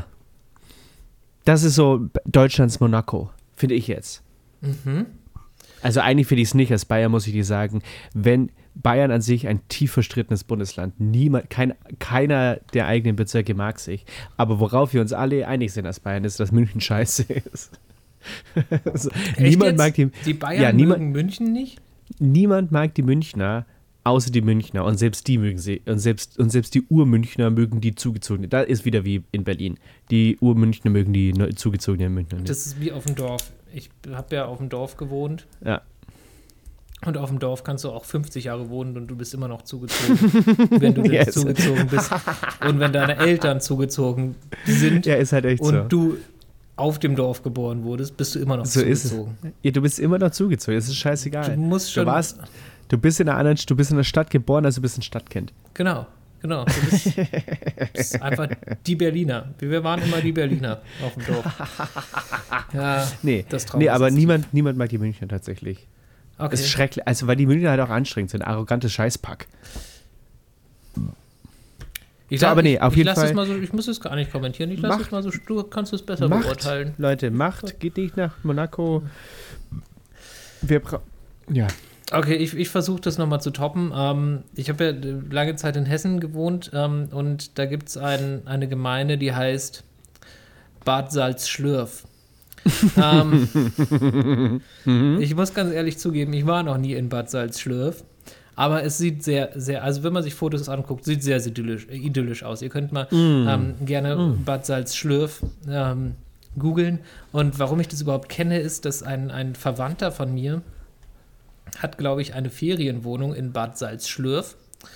das ist so Deutschlands Monaco, finde ich jetzt. Mhm. Also eigentlich finde ich es nicht, als Bayern muss ich dir sagen, wenn Bayern an sich ein tief verstrittenes Bundesland, keiner der eigenen Bezirke mag sich, aber worauf wir uns alle einig sind als Bayern ist, dass München scheiße ist. Also, niemand mag die Bayern mögen München nicht? Niemand mag die Münchner, außer die Münchner, und selbst die mögen sie. Und selbst die Urmünchner mögen die zugezogenen. Da ist wieder wie in Berlin. Die Urmünchner mögen die zugezogenen Münchner nicht. Das ist wie auf dem Dorf. Ich habe ja auf dem Dorf gewohnt. Ja. Und auf dem Dorf kannst du auch 50 Jahre wohnen und du bist immer noch zugezogen, wenn du zugezogen bist. Und wenn deine Eltern zugezogen sind ist halt echt und du auf dem Dorf geboren wurdest, bist du immer noch zugezogen. Ist es. Ja, du bist immer noch zugezogen. Es ist scheißegal. Du musst schon. Du bist in der Stadt geboren, also bist ein Stadtkind. Genau. Du bist einfach die Berliner. Wir waren immer die Berliner auf dem Dorf. Ja, aber niemand mag die Münchner tatsächlich. Okay. Das ist schrecklich. Also, weil die Münchner halt auch anstrengend sind. Arrogantes Scheißpack. Auf jeden Fall. Ich muss es gar nicht kommentieren. Ich lasse es mal so. Du kannst es besser beurteilen. Leute, geht nicht nach Monaco. Ja. Okay, ich versuche das nochmal zu toppen. Ich habe ja lange Zeit in Hessen gewohnt und da gibt es eine Gemeinde, die heißt Bad Salzschlürf. Ich muss ganz ehrlich zugeben, ich war noch nie in Bad Salzschlürf, aber es sieht sehr, sehr, also wenn man sich Fotos anguckt, sieht sehr, sehr idyllisch aus. Ihr könnt mal gerne Bad Salzschlürf googeln. Und warum ich das überhaupt kenne, ist, dass ein Verwandter von mir hat, glaube ich, eine Ferienwohnung in Bad Salzschlürf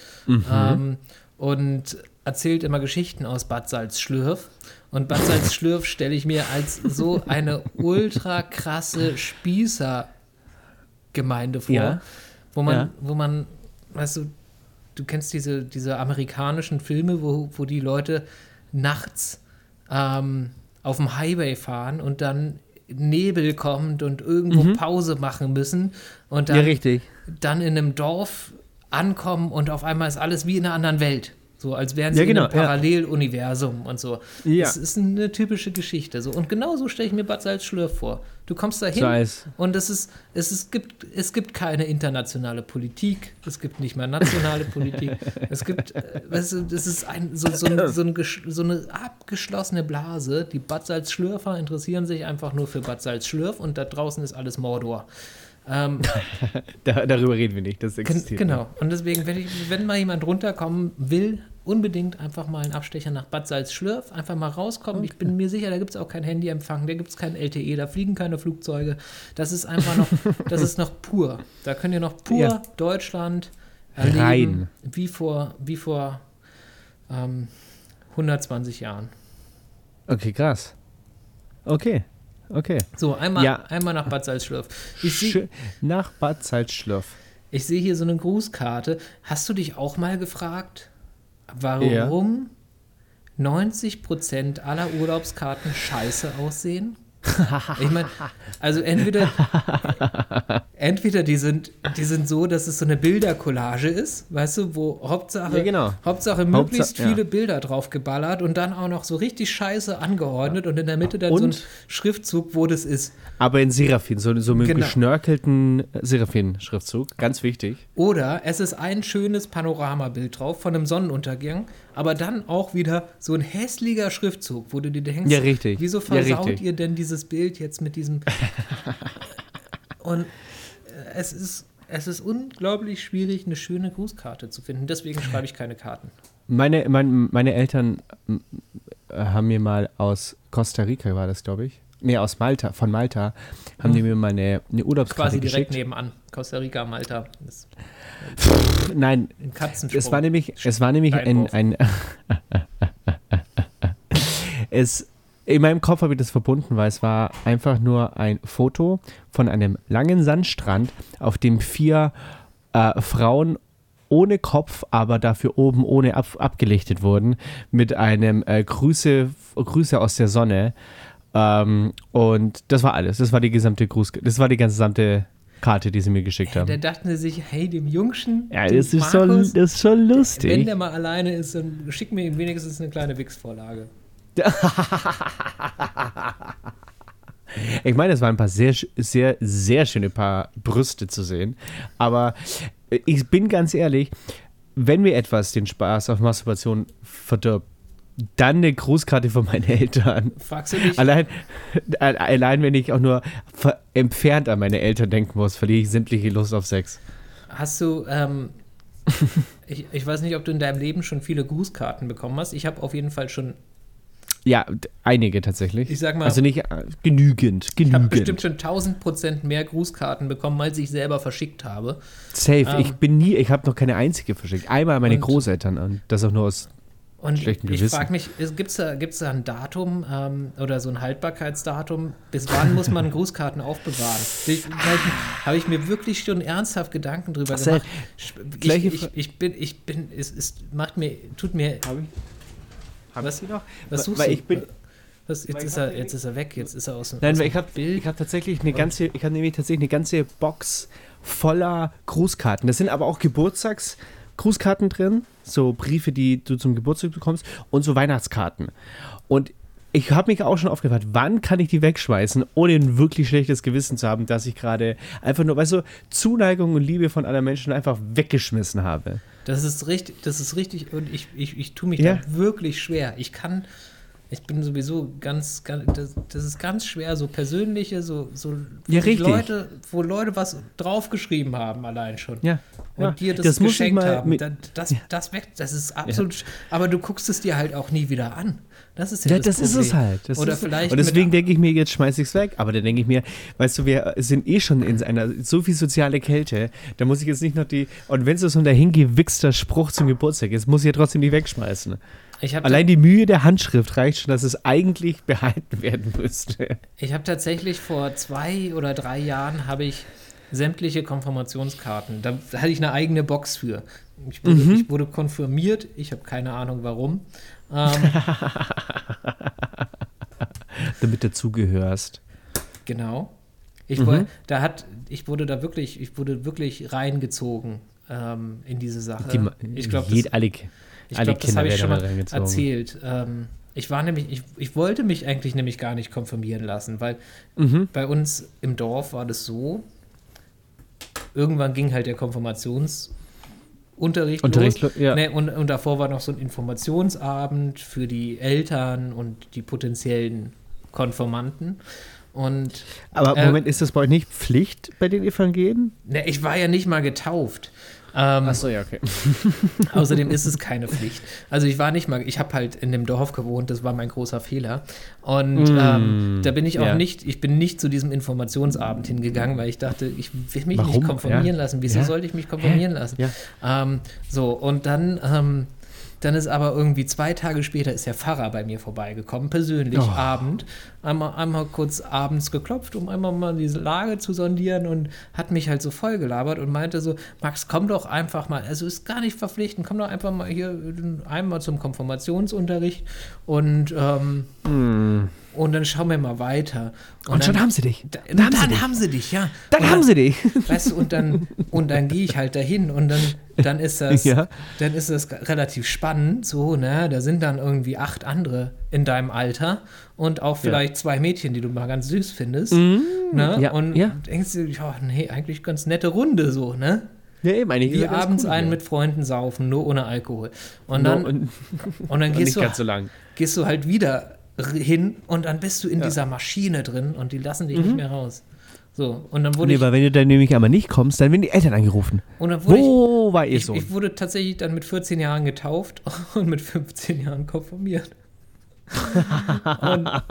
und erzählt immer Geschichten aus Bad Salzschlürf. Und Bad Salzschlürf stelle ich mir als so eine ultra krasse Spießergemeinde vor, wo man, weißt du kennst diese amerikanischen Filme, wo die Leute nachts auf dem Highway fahren und dann Nebel kommt und irgendwo Pause machen müssen und dann, richtig. dann in einem Dorf ankommen und auf einmal ist alles wie in einer anderen Welt. So, als wären sie Ja, genau, in einem Paralleluniversum und so. Ja. Das ist eine typische Geschichte. So. Und genau so stelle ich mir Bad Salzschlürf vor. Du kommst da hin und es gibt keine internationale Politik, es gibt nicht mal nationale Politik, es gibt, es ist so eine abgeschlossene Blase. Die Bad Salzschlürfer interessieren sich einfach nur für Bad Salzschlürf und da draußen ist alles Mordor. Darüber reden wir nicht, das existiert. Genau, und deswegen, wenn mal jemand runterkommen will, unbedingt einfach mal einen Abstecher nach Bad Salzschlürf, einfach mal rauskommen. Okay. Ich bin mir sicher, da gibt es auch kein Handyempfang, da gibt es kein LTE, da fliegen keine Flugzeuge. Das ist einfach noch, das ist noch pur. Da könnt ihr noch pur Deutschland erleben, wie vor 120 Jahren. Okay, krass. Okay. So, einmal nach Bad Salzschlürf. Nach Bad Salzschlürf. Ich sehe hier so eine Grußkarte. Hast du dich auch mal gefragt, warum 90% aller Urlaubskarten scheiße aussehen? Ich meine, also entweder die sind so, dass es so eine Bildercollage ist, weißt du, wo Hauptsache möglichst viele Bilder drauf geballert und dann auch noch so richtig scheiße angeordnet und in der Mitte dann so ein Schriftzug, wo das ist. Aber in Seraphin, so mit geschnörkelten Seraphin-Schriftzug, ganz wichtig. Oder es ist ein schönes Panoramabild drauf von einem Sonnenuntergang, aber dann auch wieder so ein hässlicher Schriftzug, wo du dir denkst, wieso versaut ihr denn dieses Bild jetzt mit diesem... Und es ist unglaublich schwierig, eine schöne Grußkarte zu finden. Deswegen schreibe ich keine Karten. Meine Eltern haben mir mal aus Costa Rica, war das, glaube ich, aus Malta, haben die mir mal eine Urlaubskarte quasi geschickt. Direkt nebenan. Costa Rica, Malta. Nein, ein Katzensprung. Es war nämlich ein in meinem Kopf habe ich das verbunden, weil es war einfach nur ein Foto von einem langen Sandstrand, auf dem 4 Frauen ohne Kopf, aber dafür oben ohne abgelichtet wurden, mit einem Grüße aus der Sonne. Und das war alles. Das war die gesamte Karte, die sie mir geschickt haben. Da dachten sie sich, hey, dem Jungschen, ja, das ist schon lustig. Wenn der mal alleine ist, dann schick mir ihm wenigstens eine kleine Wix-Vorlage. Ich meine, es waren ein paar sehr, sehr, sehr schöne Paar Brüste zu sehen. Aber ich bin ganz ehrlich, wenn mir etwas den Spaß auf Masturbation verdirbt, dann eine Grußkarte von meinen Eltern. Fragst du dich? Allein wenn ich auch nur entfernt an meine Eltern denken muss, verliere ich sämtliche Lust auf Sex. Hast du, ich weiß nicht, ob du in deinem Leben schon viele Grußkarten bekommen hast. Ich habe auf jeden Fall schon. Ja, einige tatsächlich. Ich sag mal. Also nicht genügend. Ich habe bestimmt schon 1000% mehr Grußkarten bekommen, als ich selber verschickt habe. Safe. Ich habe noch keine einzige verschickt. Einmal meine Großeltern an. Das auch nur aus schlechtem Gewissen. Ich frage mich, gibt's da ein Datum oder so ein Haltbarkeitsdatum? Bis wann muss man Grußkarten aufbewahren? Habe ich mir wirklich schon ernsthaft Gedanken drüber gemacht. Was suchst du? Jetzt ist er weg, jetzt ist er aus dem Nein, weil ich habe tatsächlich eine ganze Box voller Grußkarten. Das sind aber auch Geburtstagsgrußkarten drin, so Briefe, die du zum Geburtstag bekommst und so Weihnachtskarten. Und ich habe mich auch schon aufgefragt, wann kann ich die wegschmeißen, ohne ein wirklich schlechtes Gewissen zu haben, dass ich gerade einfach nur, weißt du, Zuneigung und Liebe von anderen Menschen einfach weggeschmissen habe. Das ist richtig und ich tue mich da wirklich schwer. Ich bin sowieso das ist ganz schwer, so persönliche, Leute, wo Leute was draufgeschrieben haben allein schon. Ja. Und dir das geschenkt haben. Das ist absolut, aber du guckst es dir halt auch nie wieder an. Das ist das ist es halt. Und deswegen denke ich mir, jetzt schmeiße ich es weg. Aber dann denke ich mir, weißt du, wir sind schon in einer so viel soziale Kälte, da muss ich jetzt nicht noch und wenn es so ein dahingewichster Spruch zum Geburtstag ist, muss ich ja trotzdem nicht wegschmeißen. Allein die Mühe der Handschrift reicht schon, dass es eigentlich behalten werden müsste. Ich habe tatsächlich vor 2 oder 3 Jahren sämtliche Konfirmationskarten. Da hatte ich eine eigene Box für. Ich wurde konfirmiert, ich habe keine Ahnung warum. Damit dazugehörst. Genau. Ich wurde wirklich reingezogen in diese Sache. Ich glaube, das habe ich schon mal erzählt. Ich wollte mich eigentlich nämlich gar nicht konfirmieren lassen, weil bei uns im Dorf war das so, irgendwann ging halt der Konfirmationsunterricht los. Ja. Ne, und davor war noch so ein Informationsabend für die Eltern und die potenziellen Konfirmanten. Aber Moment, ist das bei euch nicht Pflicht bei den Evangelien? Ne, ich war ja nicht mal getauft. Achso, ja, okay. Außerdem ist es keine Pflicht. Also ich habe halt in dem Dorf gewohnt, das war mein großer Fehler. Und da bin ich auch ich bin nicht zu diesem Informationsabend hingegangen, weil ich dachte, ich will mich nicht konfirmieren lassen. Wieso sollte ich mich konfirmieren lassen? Ja. Und dann ist aber irgendwie 2 Tage später ist der Pfarrer bei mir vorbeigekommen, persönlich, Abend. Einmal kurz abends geklopft, um einmal mal diese Lage zu sondieren und hat mich halt so voll gelabert und meinte so, Max, komm doch einfach mal, also ist gar nicht verpflichtend, komm doch einfach mal hier einmal zum Konfirmationsunterricht und dann schauen wir mal weiter. Und schon haben sie dich. Dann haben sie dich, ja. Dann haben sie dich. Weißt du, und dann gehe ich halt dahin und dann ist das relativ spannend, so, ne, da sind dann irgendwie 8 andere in deinem Alter und auch vielleicht 2 Mädchen, die du mal ganz süß findest, ne, und denkst du, nee, eigentlich ganz nette Runde, so, ne. Ja, eben, eigentlich wie abends cool, mit Freunden saufen, nur ohne Alkohol. Und dann gehst du halt wieder hin und dann bist du in dieser Maschine drin und die lassen dich nicht mehr raus. So, und dann wurde weil wenn du dann nämlich einmal nicht kommst, dann werden die Eltern angerufen. Und dann war ihr Sohn? Ich wurde tatsächlich dann mit 14 Jahren getauft und mit 15 Jahren konfirmiert. und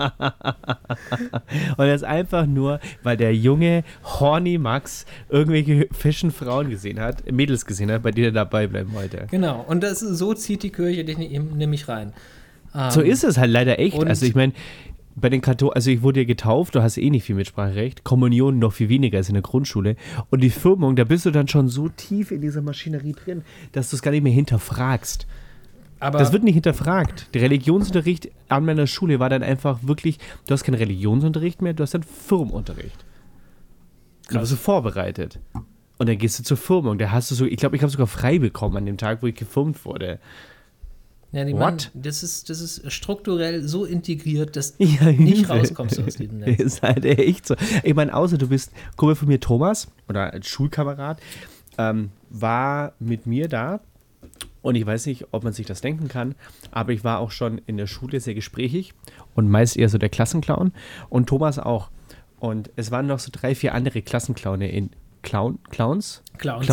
das einfach nur, weil der junge, horny Max irgendwelche Fashion Frauen gesehen hat, Mädels gesehen hat, bei denen er dabei bleiben wollte. Genau, und so zieht die Kirche dich nämlich rein. So ist es halt leider echt. Also ich meine, bei den Katholen, also ich wurde ja getauft, du hast eh nicht viel Mitspracherecht, Kommunion noch viel weniger als in der Grundschule und die Firmung, da bist du dann schon so tief in dieser Maschinerie drin, dass du es gar nicht mehr hinterfragst. Aber das wird nicht hinterfragt. Der Religionsunterricht an meiner Schule war dann einfach wirklich, du hast keinen Religionsunterricht mehr, du hast dann Firmenunterricht. Da bist du vorbereitet. Und dann gehst du zur Firmung, da hast du so, ich habe sogar frei bekommen an dem Tag, wo ich gefirmt wurde. Ja, das ist strukturell so integriert, dass du nicht rauskommst aus diesem Netz. Ist halt echt so. Ich meine, außer du bist Kumpel von mir, Thomas, oder als Schulkamerad, war mit mir da. Und ich weiß nicht, ob man sich das denken kann, aber ich war auch schon in der Schule sehr gesprächig und meist eher so der Klassenclown. Und Thomas auch. Und es waren noch so 3, 4 andere Klassenclowne in Clowns.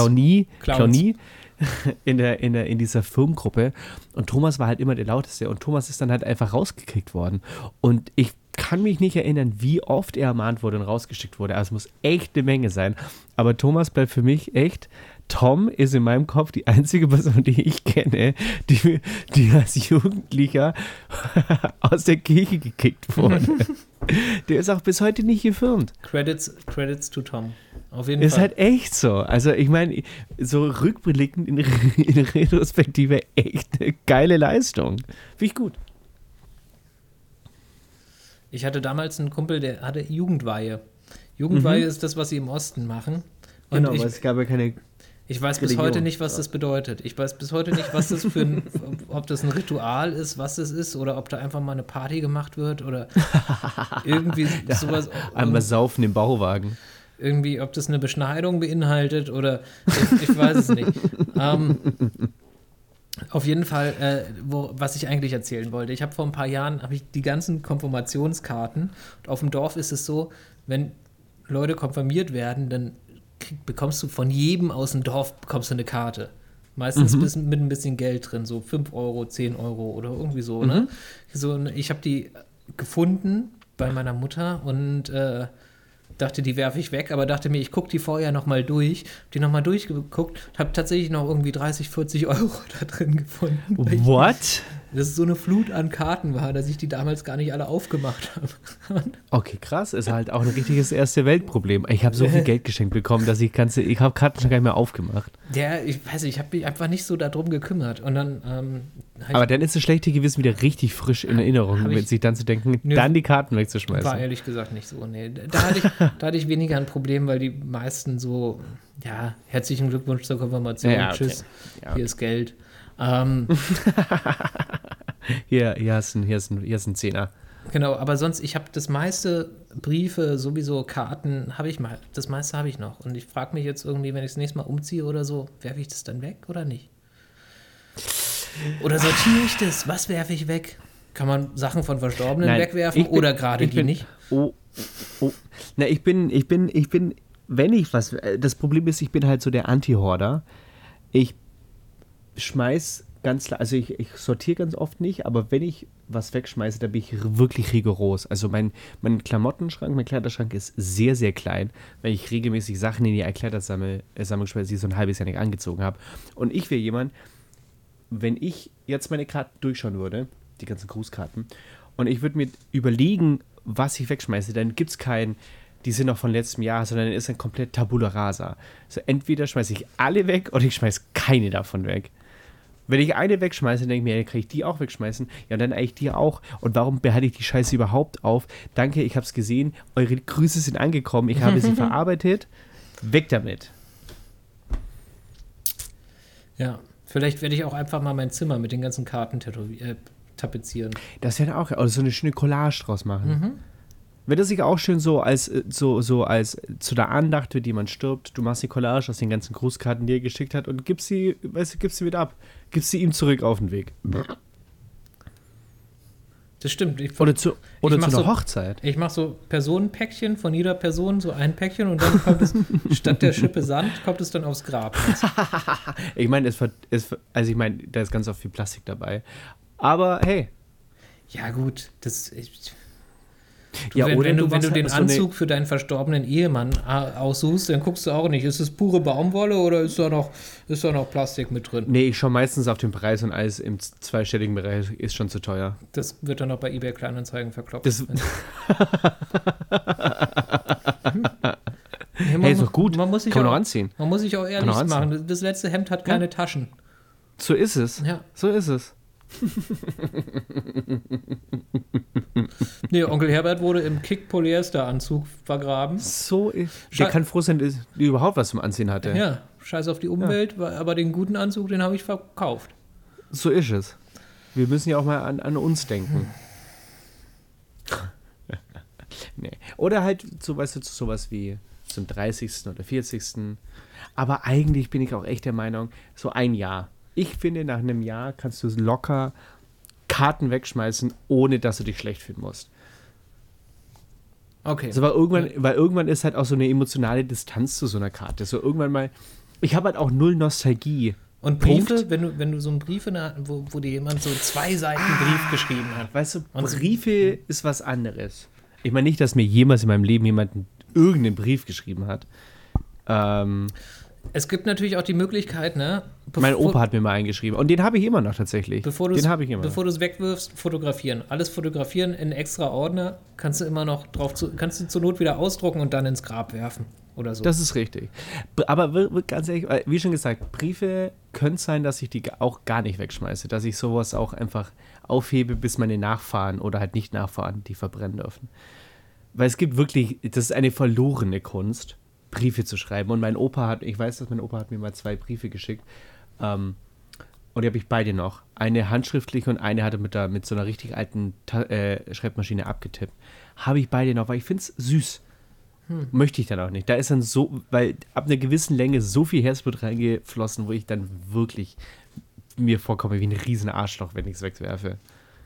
In dieser Firmengruppe und Thomas war halt immer der Lauteste und Thomas ist dann halt einfach rausgekickt worden und ich kann mich nicht erinnern, wie oft er ermahnt wurde und rausgeschickt wurde, also es muss echt eine Menge sein, aber Thomas bleibt für mich echt, Tom ist in meinem Kopf die einzige Person, die ich kenne, die als Jugendlicher aus der Kirche gekickt wurde. Der ist auch bis heute nicht gefirmt. Credits to Tom. Auf jeden Fall. Ist halt echt so. Also ich meine, so rückblickend in Retrospektive echt eine geile Leistung. Finde ich gut. Ich hatte damals einen Kumpel, der hatte Jugendweihe. Jugendweihe ist das, was sie im Osten machen. Und genau, weil es gab ja keine Ich weiß bis heute nicht, was das bedeutet. Ich weiß bis heute nicht, was das ob das ein Ritual ist, was das ist, oder ob da einfach mal eine Party gemacht wird oder irgendwie sowas. Einmal saufen im Bauwagen. Irgendwie, ob das eine Beschneidung beinhaltet oder ich weiß es nicht. Auf jeden Fall, was ich eigentlich erzählen wollte. Ich habe vor ein paar Jahren die ganzen Konfirmationskarten. Und auf dem Dorf ist es so, wenn Leute konfirmiert werden, dann bekommst du von jedem aus dem Dorf eine Karte. Meistens mit ein bisschen Geld drin, so 5 Euro, 10 Euro oder irgendwie so. Ne? So, ich habe die gefunden bei meiner Mutter und dachte, die werfe ich weg, aber dachte mir, ich gucke die vorher nochmal durch. Hab die nochmal durchgeguckt, habe tatsächlich noch irgendwie 30, 40 Euro da drin gefunden. What? dass es so eine Flut an Karten war, dass ich die damals gar nicht alle aufgemacht habe. Okay, krass. Ist halt auch ein richtiges Erste-Welt-Problem. Ich habe so viel Geld geschenkt bekommen, dass ich habe Karten schon gar nicht mehr aufgemacht. Ja, ich weiß nicht, ich habe mich einfach nicht so darum gekümmert. Und dann Aber dann ist das schlechte Gewissen wieder richtig frisch in Erinnerung, mit sich dann zu denken, dann die Karten wegzuschmeißen. War ehrlich gesagt nicht so. Nee. Da hatte ich weniger ein Problem, weil die meisten so, ja, herzlichen Glückwunsch zur Konfirmation, Ja, okay. tschüss, Ja, hier ist Geld. Hier ist ein Zehner. Genau, aber sonst, ich habe das meiste Briefe, sowieso Karten, das meiste habe ich noch. Und ich frage mich jetzt irgendwie, wenn ich das nächste Mal umziehe oder so, werfe ich das dann weg oder nicht? Oder sortiere ich das? Was werfe ich weg? Kann man Sachen von Verstorbenen wegwerfen oder gerade die nicht? Na, ich bin, wenn ich was, das Problem ist, ich bin halt so der Anti-Horder. Ich schmeiß ganz klar, also ich sortiere ganz oft nicht, aber wenn ich was wegschmeiße, dann bin ich wirklich rigoros. Also mein Klamottenschrank, mein Kleiderschrank ist sehr, sehr klein, weil ich regelmäßig Sachen in die Kleidersammlung schmeiße, die ich so ein halbes Jahr nicht angezogen habe. Und ich wäre jemand, wenn ich jetzt meine Karten durchschauen würde, die ganzen Grußkarten, und ich würde mir überlegen, was ich wegschmeiße, dann gibt es die sind noch von letztem Jahr, sondern dann ist ein komplett Tabula Rasa. Also entweder schmeiße ich alle weg oder ich schmeiße keine davon weg. Wenn ich eine wegschmeiße, denke ich mir, kann ich die auch wegschmeißen? Ja, dann eigentlich die auch. Und warum behalte ich die Scheiße überhaupt auf? Danke, ich habe es gesehen. Eure Grüße sind angekommen. Ich habe sie verarbeitet. Weg damit. Ja, vielleicht werde ich auch einfach mal mein Zimmer mit den ganzen Karten tapezieren. Das wäre auch, oder so eine schöne Collage draus machen. Wenn das sich auch schön so als zu der Andacht, wenn jemand stirbt, du machst die Collage aus den ganzen Grußkarten, die er geschickt hat und gibst sie wieder ab. Gibst sie ihm zurück auf den Weg. Das stimmt. Oder zu einer Hochzeit. Ich mache so Personenpäckchen von jeder Person, so ein Päckchen und dann kommt es, statt der Schippe Sand, kommt es dann aufs Grab. Ich meine, da ist ganz oft viel Plastik dabei. Aber hey. Ja gut, Ja, wenn du halt den Anzug für deinen verstorbenen Ehemann aussuchst, dann guckst du auch nicht, ist es pure Baumwolle oder ist da noch Plastik mit drin? Nee, ich schaue meistens auf den Preis und alles im zweistelligen Bereich ist schon zu teuer. Das wird dann auch bei eBay Kleinanzeigen verkloppt. Hey, ist doch gut. Kann man noch anziehen. Man muss sich auch ehrlich machen. Das letzte Hemd hat keine Taschen. So ist es. Ja. So ist es. Nee, Onkel Herbert wurde im Kick-Polyester-Anzug vergraben. Der kann froh sein, dass er überhaupt was zum Anziehen hatte. Ja, scheiß auf die Umwelt, aber den guten Anzug, den habe ich verkauft. So ist es. Wir müssen ja auch mal an uns denken. Nee. Oder halt, so, weißt du, sowas wie zum 30. oder 40. Aber eigentlich bin ich auch echt der Meinung, so ein Jahr. Ich finde, nach einem Jahr kannst du locker Karten wegschmeißen, ohne dass du dich schlecht fühlen musst. Okay. Also weil irgendwann ist halt auch so eine emotionale Distanz zu so einer Karte. So irgendwann mal, ich habe halt auch null Nostalgie. Und Briefe, wenn du so einen Brief wo dir jemand so 2 Seiten Brief geschrieben hat. Weißt du, Briefe ist was anderes. Ich meine nicht, dass mir jemals in meinem Leben jemand irgendeinen Brief geschrieben hat. Es gibt natürlich auch die Möglichkeit, ne? Mein Opa hat mir mal eingeschrieben. Und den habe ich immer noch tatsächlich. Bevor du es wegwirfst, fotografieren. Alles fotografieren in extra Ordner. Kannst du immer noch kannst du zur Not wieder ausdrucken und dann ins Grab werfen. Oder so. Das ist richtig. Aber ganz ehrlich, wie schon gesagt, Briefe können sein, dass ich die auch gar nicht wegschmeiße. Dass ich sowas auch einfach aufhebe, bis meine Nachfahren oder halt nicht Nachfahren die verbrennen dürfen. Weil es gibt wirklich, das ist eine verlorene Kunst, Briefe zu schreiben. Und ich weiß, dass mein Opa hat mir mal 2 Briefe geschickt. Und die habe ich beide noch. Eine handschriftliche und eine hatte mit so einer richtig alten Schreibmaschine abgetippt. Habe ich beide noch, weil ich finde es süß. Möchte ich dann auch nicht. Da ist dann so, weil ab einer gewissen Länge so viel Herzblut reingeflossen, wo ich dann wirklich mir vorkomme wie ein riesen Arschloch, wenn ich es wegwerfe.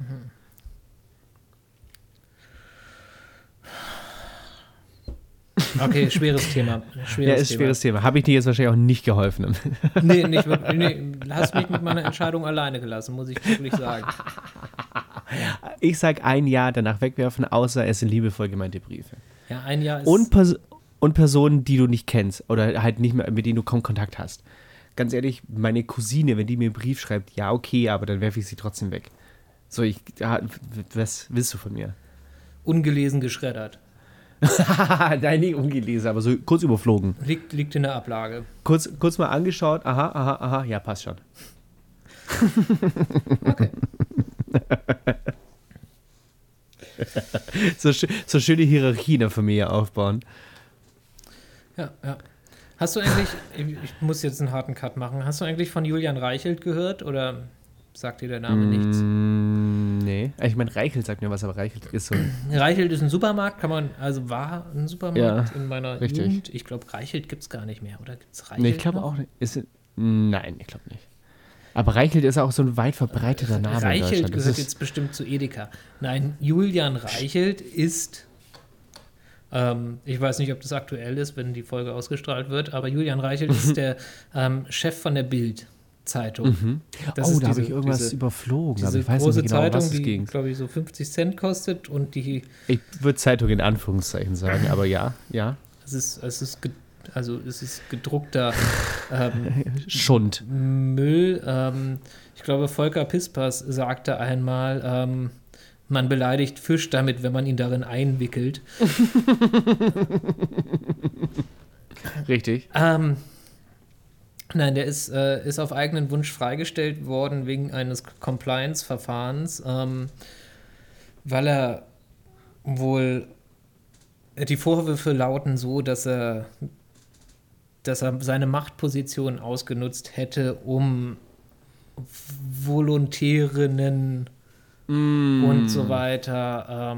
Okay, schweres Thema. Schweres Thema. Habe ich dir jetzt wahrscheinlich auch nicht geholfen. Nee, nicht wirklich. Nee, hast mich mit meiner Entscheidung alleine gelassen, muss ich wirklich sagen. Ich sage ein Jahr danach wegwerfen, außer es sind liebevoll gemeinte Briefe. Ja, ein Jahr ist... Und Personen, die du nicht kennst oder halt nicht mehr, mit denen du kaum Kontakt hast. Ganz ehrlich, meine Cousine, wenn die mir einen Brief schreibt, ja, okay, aber dann werfe ich sie trotzdem weg. So, was willst du von mir? Ungelesen geschreddert. Nein, nicht ungelesen, aber so kurz überflogen. Liegt in der Ablage. Kurz mal angeschaut, aha, ja, passt schon. Okay. So schöne Hierarchie in der Familie aufbauen. Ja. Hast du eigentlich, ich muss jetzt einen harten Cut machen, hast du eigentlich von Julian Reichelt gehört oder sagt dir der Name nichts? Nee, ich meine, Reichelt sagt mir was, aber Reichelt ist so. Reichelt ist ein Supermarkt, war ein Supermarkt in meiner richtig. Jugend. Ich glaube, Reichelt gibt es gar nicht mehr, oder gibt es Reichelt? Nee, ich glaube auch nicht. Nein, ich glaube nicht. Aber Reichelt ist auch so ein weit verbreiteter Name in Reichelt Deutschland. gehört jetzt bestimmt zu Edeka. Nein, Julian Reichelt ist, ich weiß nicht, ob das aktuell ist, wenn die Folge ausgestrahlt wird, aber Julian Reichelt ist der Chef von der Bild-Zeitung. Da habe ich irgendwas überflogen, aber Diese ich weiß große nicht genau, Zeitung, was es die, ging. glaube ich, so 50 Cent kostet und die... Ich würde Zeitung in Anführungszeichen sagen, aber ja. Es ist gedruckter Schund. Müll. Ich glaube, Volker Pispers sagte einmal, man beleidigt Fisch damit, wenn man ihn darin einwickelt. Richtig. Nein, der ist auf eigenen Wunsch freigestellt worden wegen eines Compliance-Verfahrens, weil er wohl, die Vorwürfe lauten so, dass er seine Machtposition ausgenutzt hätte, um Volontärinnen und so weiter.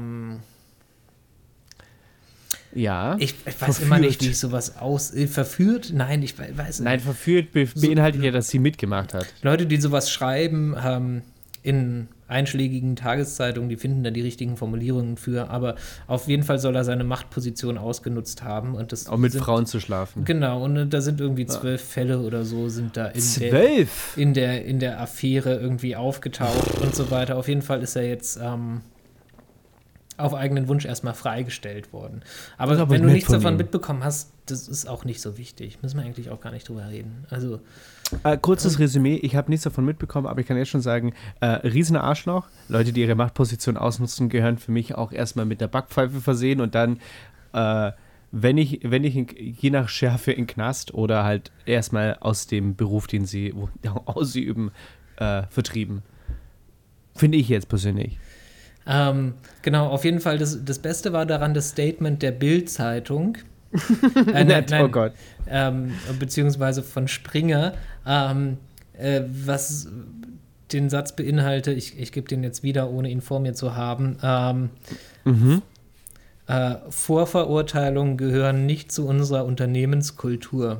Ja. Ich weiß immer nicht, wie ich sowas verführt? Nein, ich weiß nicht. Nein, verführt beinhaltet ja, dass sie mitgemacht hat. Leute, die sowas schreiben, in einschlägigen Tageszeitungen, die finden da die richtigen Formulierungen für, aber auf jeden Fall soll er seine Machtposition ausgenutzt haben. Und das auch mit Frauen zu schlafen. Genau, und da sind irgendwie 12 Fälle oder so, sind da in der Affäre irgendwie aufgetaucht und so weiter. Auf jeden Fall ist er jetzt auf eigenen Wunsch erstmal freigestellt worden. Aber wenn du nichts davon mitbekommen hast, das ist auch nicht so wichtig. Müssen wir eigentlich auch gar nicht drüber reden. Also kurzes Resümee, ich habe nichts davon mitbekommen, aber ich kann jetzt schon sagen, riesen Arschloch. Leute, die ihre Machtposition ausnutzen, gehören für mich auch erstmal mit der Backpfeife versehen und dann, wenn ich je nach Schärfe in Knast oder halt erstmal aus dem Beruf, den sie ausüben, vertrieben. Finde ich jetzt persönlich. Genau, auf jeden Fall, das Beste war daran das Statement der Bild-Zeitung. Nein, oh Gott. Beziehungsweise von Springer, was den Satz beinhaltet, ich gebe den jetzt wieder, ohne ihn vor mir zu haben, Vorverurteilungen gehören nicht zu unserer Unternehmenskultur.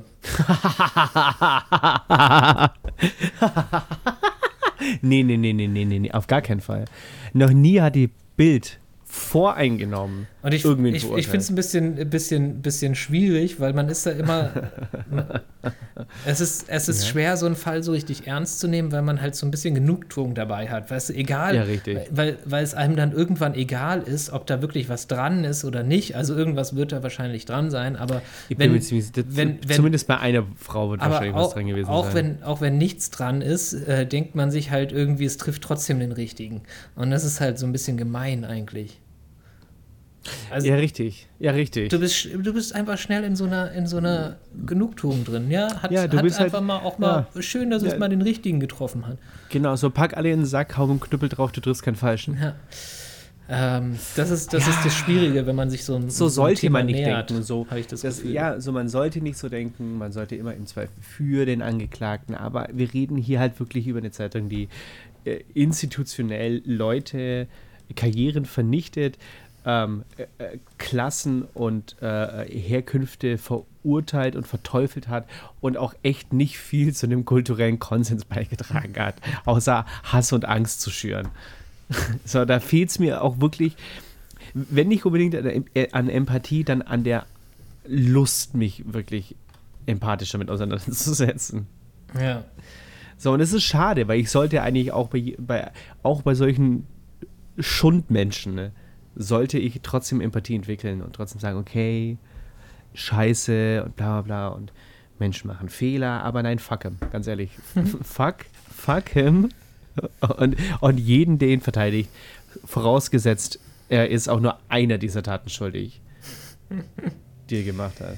Nee, auf gar keinen Fall. Noch nie hat die Bild voreingenommen. Und ich finde es ein bisschen schwierig, weil man ist da immer. Es ist schwer, so einen Fall so richtig ernst zu nehmen, weil man halt so ein bisschen Genugtuung dabei hat. Weißt du, egal. Ja, richtig. Weil es einem dann irgendwann egal ist, ob da wirklich was dran ist oder nicht. Also irgendwas wird da wahrscheinlich dran sein, aber zumindest bei einer Frau wird wahrscheinlich was dran gewesen sein. Auch wenn nichts dran ist, denkt man sich halt irgendwie, es trifft trotzdem den Richtigen. Und das ist halt so ein bisschen gemein eigentlich. Also, ja, richtig. Du bist einfach schnell in so einer Genugtuung drin, ja? Hat einfach halt, mal schön, dass es mal den Richtigen getroffen hat. Genau, so pack alle in den Sack, hau einen Knüppel drauf, du triffst keinen Falschen. Ja. Das ist das Schwierige, wenn man sich so sollte Thema man nicht nähert, denken. So habe ich das Gefühl. Ja, so man sollte nicht so denken, man sollte immer im Zweifel für den Angeklagten, aber wir reden hier halt wirklich über eine Zeitung, die institutionell Leute, Karrieren vernichtet, Klassen und Herkünfte verurteilt und verteufelt hat und auch echt nicht viel zu einem kulturellen Konsens beigetragen hat, außer Hass und Angst zu schüren. So, da fehlt es mir auch wirklich, wenn nicht unbedingt an Empathie, dann an der Lust, mich wirklich empathisch damit auseinanderzusetzen. Ja. So, und es ist schade, weil ich sollte eigentlich auch bei solchen Schundmenschen, ne, sollte ich trotzdem Empathie entwickeln und trotzdem sagen, okay, scheiße und bla bla bla und Menschen machen Fehler, aber nein, fuck him, ganz ehrlich. Fuck him. Und jeden, der ihn verteidigt, vorausgesetzt, er ist auch nur einer dieser Taten schuldig, die er gemacht hat.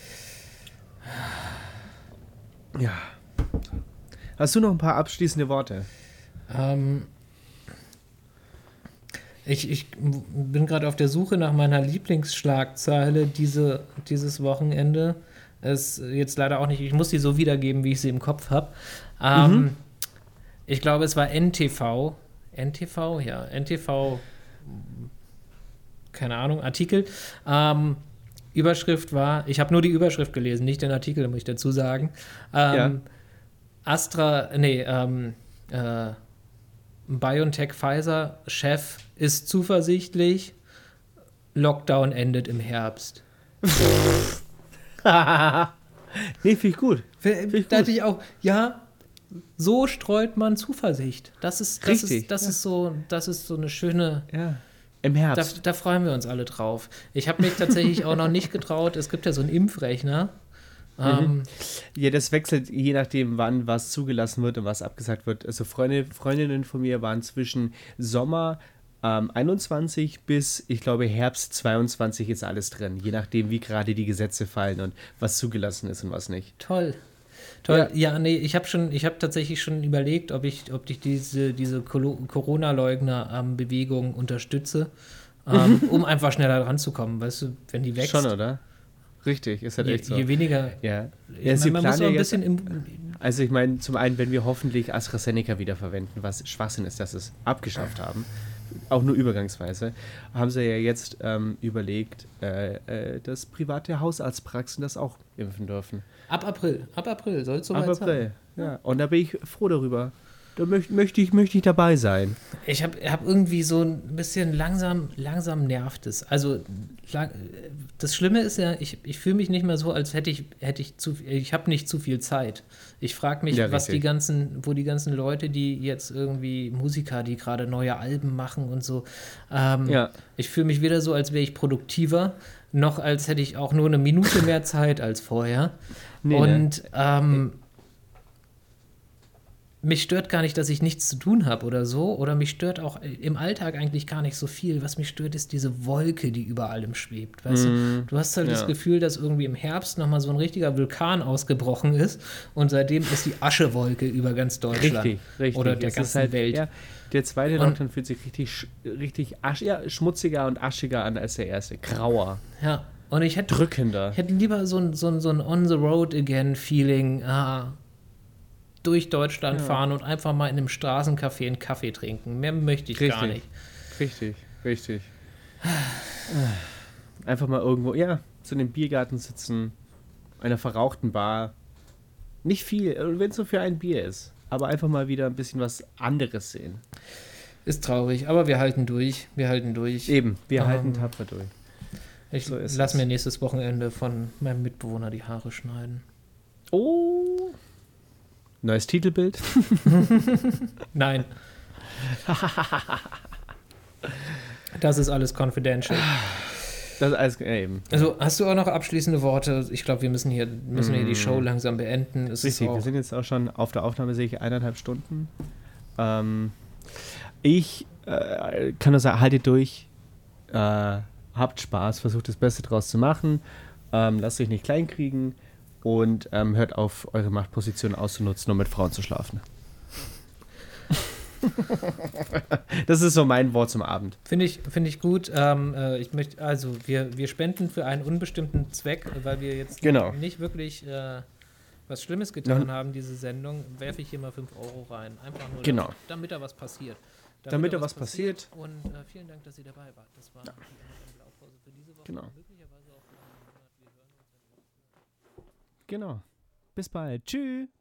Ja. Hast du noch ein paar abschließende Worte? Ich bin gerade auf der Suche nach meiner Lieblingsschlagzeile dieses Wochenende. Ist jetzt leider auch nicht, ich muss sie so wiedergeben, wie ich sie im Kopf habe. Ich glaube, es war NTV. NTV, ja, NTV, keine Ahnung, Artikel. Überschrift war, ich habe nur die Überschrift gelesen, nicht den Artikel, muss ich dazu sagen. BioNTech Pfizer-Chef ist zuversichtlich, Lockdown endet im Herbst. Nee, finde ich gut. Dachte ich auch, ja, so streut man Zuversicht. Das ist so eine schöne. Ja. Im Herbst. Da freuen wir uns alle drauf. Ich habe mich tatsächlich auch noch nicht getraut. Es gibt ja so einen Impfrechner. Ja, das wechselt je nachdem, wann was zugelassen wird und was abgesagt wird. Also Freundinnen von mir waren zwischen Sommer 21 bis, ich glaube, Herbst 22 ist alles drin. Je nachdem, wie gerade die Gesetze fallen und was zugelassen ist und was nicht. Toll. Ja, nee, ich habe tatsächlich schon überlegt, ob ich diese Corona-Leugner-Bewegung unterstütze, um einfach schneller ranzukommen, weißt du, wenn die wächst. Schon, oder? Richtig, ist halt echt so. Je weniger. Ja. Man muss auch ein bisschen also ich meine, zum einen, wenn wir hoffentlich AstraZeneca wiederverwenden, was Schwachsinn ist, dass sie es abgeschafft haben, auch nur übergangsweise, haben sie ja jetzt überlegt, dass private Hausarztpraxen das auch impfen dürfen. Ab April soll es soweit sein. Ab April, ja. Und da bin ich froh darüber. Da möchte ich dabei sein. Ich hab irgendwie so ein bisschen langsam nervt es. Also das Schlimme ist ja, ich fühle mich nicht mehr so, als hätte ich habe nicht zu viel Zeit. Ich frage mich, ja, wo die ganzen Leute, die jetzt irgendwie Musiker, die gerade neue Alben machen und so, ich fühle mich weder so, als wäre ich produktiver, noch als hätte ich auch nur eine Minute mehr Zeit als vorher. Nee, und mich stört gar nicht, dass ich nichts zu tun habe oder so. Oder mich stört auch im Alltag eigentlich gar nicht so viel. Was mich stört, ist diese Wolke, die über allem schwebt. Weißt du? Du hast halt das Gefühl, dass irgendwie im Herbst nochmal so ein richtiger Vulkan ausgebrochen ist. Und seitdem ist die Aschewolke über ganz Deutschland. Richtig. Oder der ganzen Welt. Ja, der zweite Lockdown fühlt sich richtig schmutziger und aschiger an als der erste. Grauer. Ja. Und ich hätte lieber so ein On-the-Road-Again-Feeling, durch Deutschland fahren und einfach mal in einem Straßencafé einen Kaffee trinken. Mehr möchte ich gar nicht. Richtig. Einfach mal irgendwo, so in einem Biergarten sitzen, einer verrauchten Bar. Nicht viel, wenn es so für ein Bier ist. Aber einfach mal wieder ein bisschen was anderes sehen. Ist traurig, aber wir halten durch. Eben, wir halten tapfer durch. Ich lasse mir nächstes Wochenende von meinem Mitbewohner die Haare schneiden. Oh! Neues Titelbild? Nein. Das ist alles confidential. Das ist alles eben. Also, hast du auch noch abschließende Worte? Ich glaube, wir müssen hier die Show langsam beenden. Richtig, wir sind jetzt auch schon auf der Aufnahme, sehe ich, 1,5 Stunden. Ich kann nur sagen, haltet durch, habt Spaß, versucht das Beste draus zu machen, lasst euch nicht kleinkriegen. Und hört auf, eure Machtposition auszunutzen, um mit Frauen zu schlafen. Das ist so mein Wort zum Abend. Finde ich gut. Wir spenden für einen unbestimmten Zweck, weil wir jetzt nicht wirklich was Schlimmes getan haben, diese Sendung, werfe ich hier mal 5 Euro rein. Einfach nur, damit da was passiert. Damit da was passiert. Und vielen Dank, dass ihr dabei wart. Das war die Blaupause für diese Woche. Genau. Möglicherweise auch für einen Monat. Wir hören uns. Genau. Bis bald. Tschüss.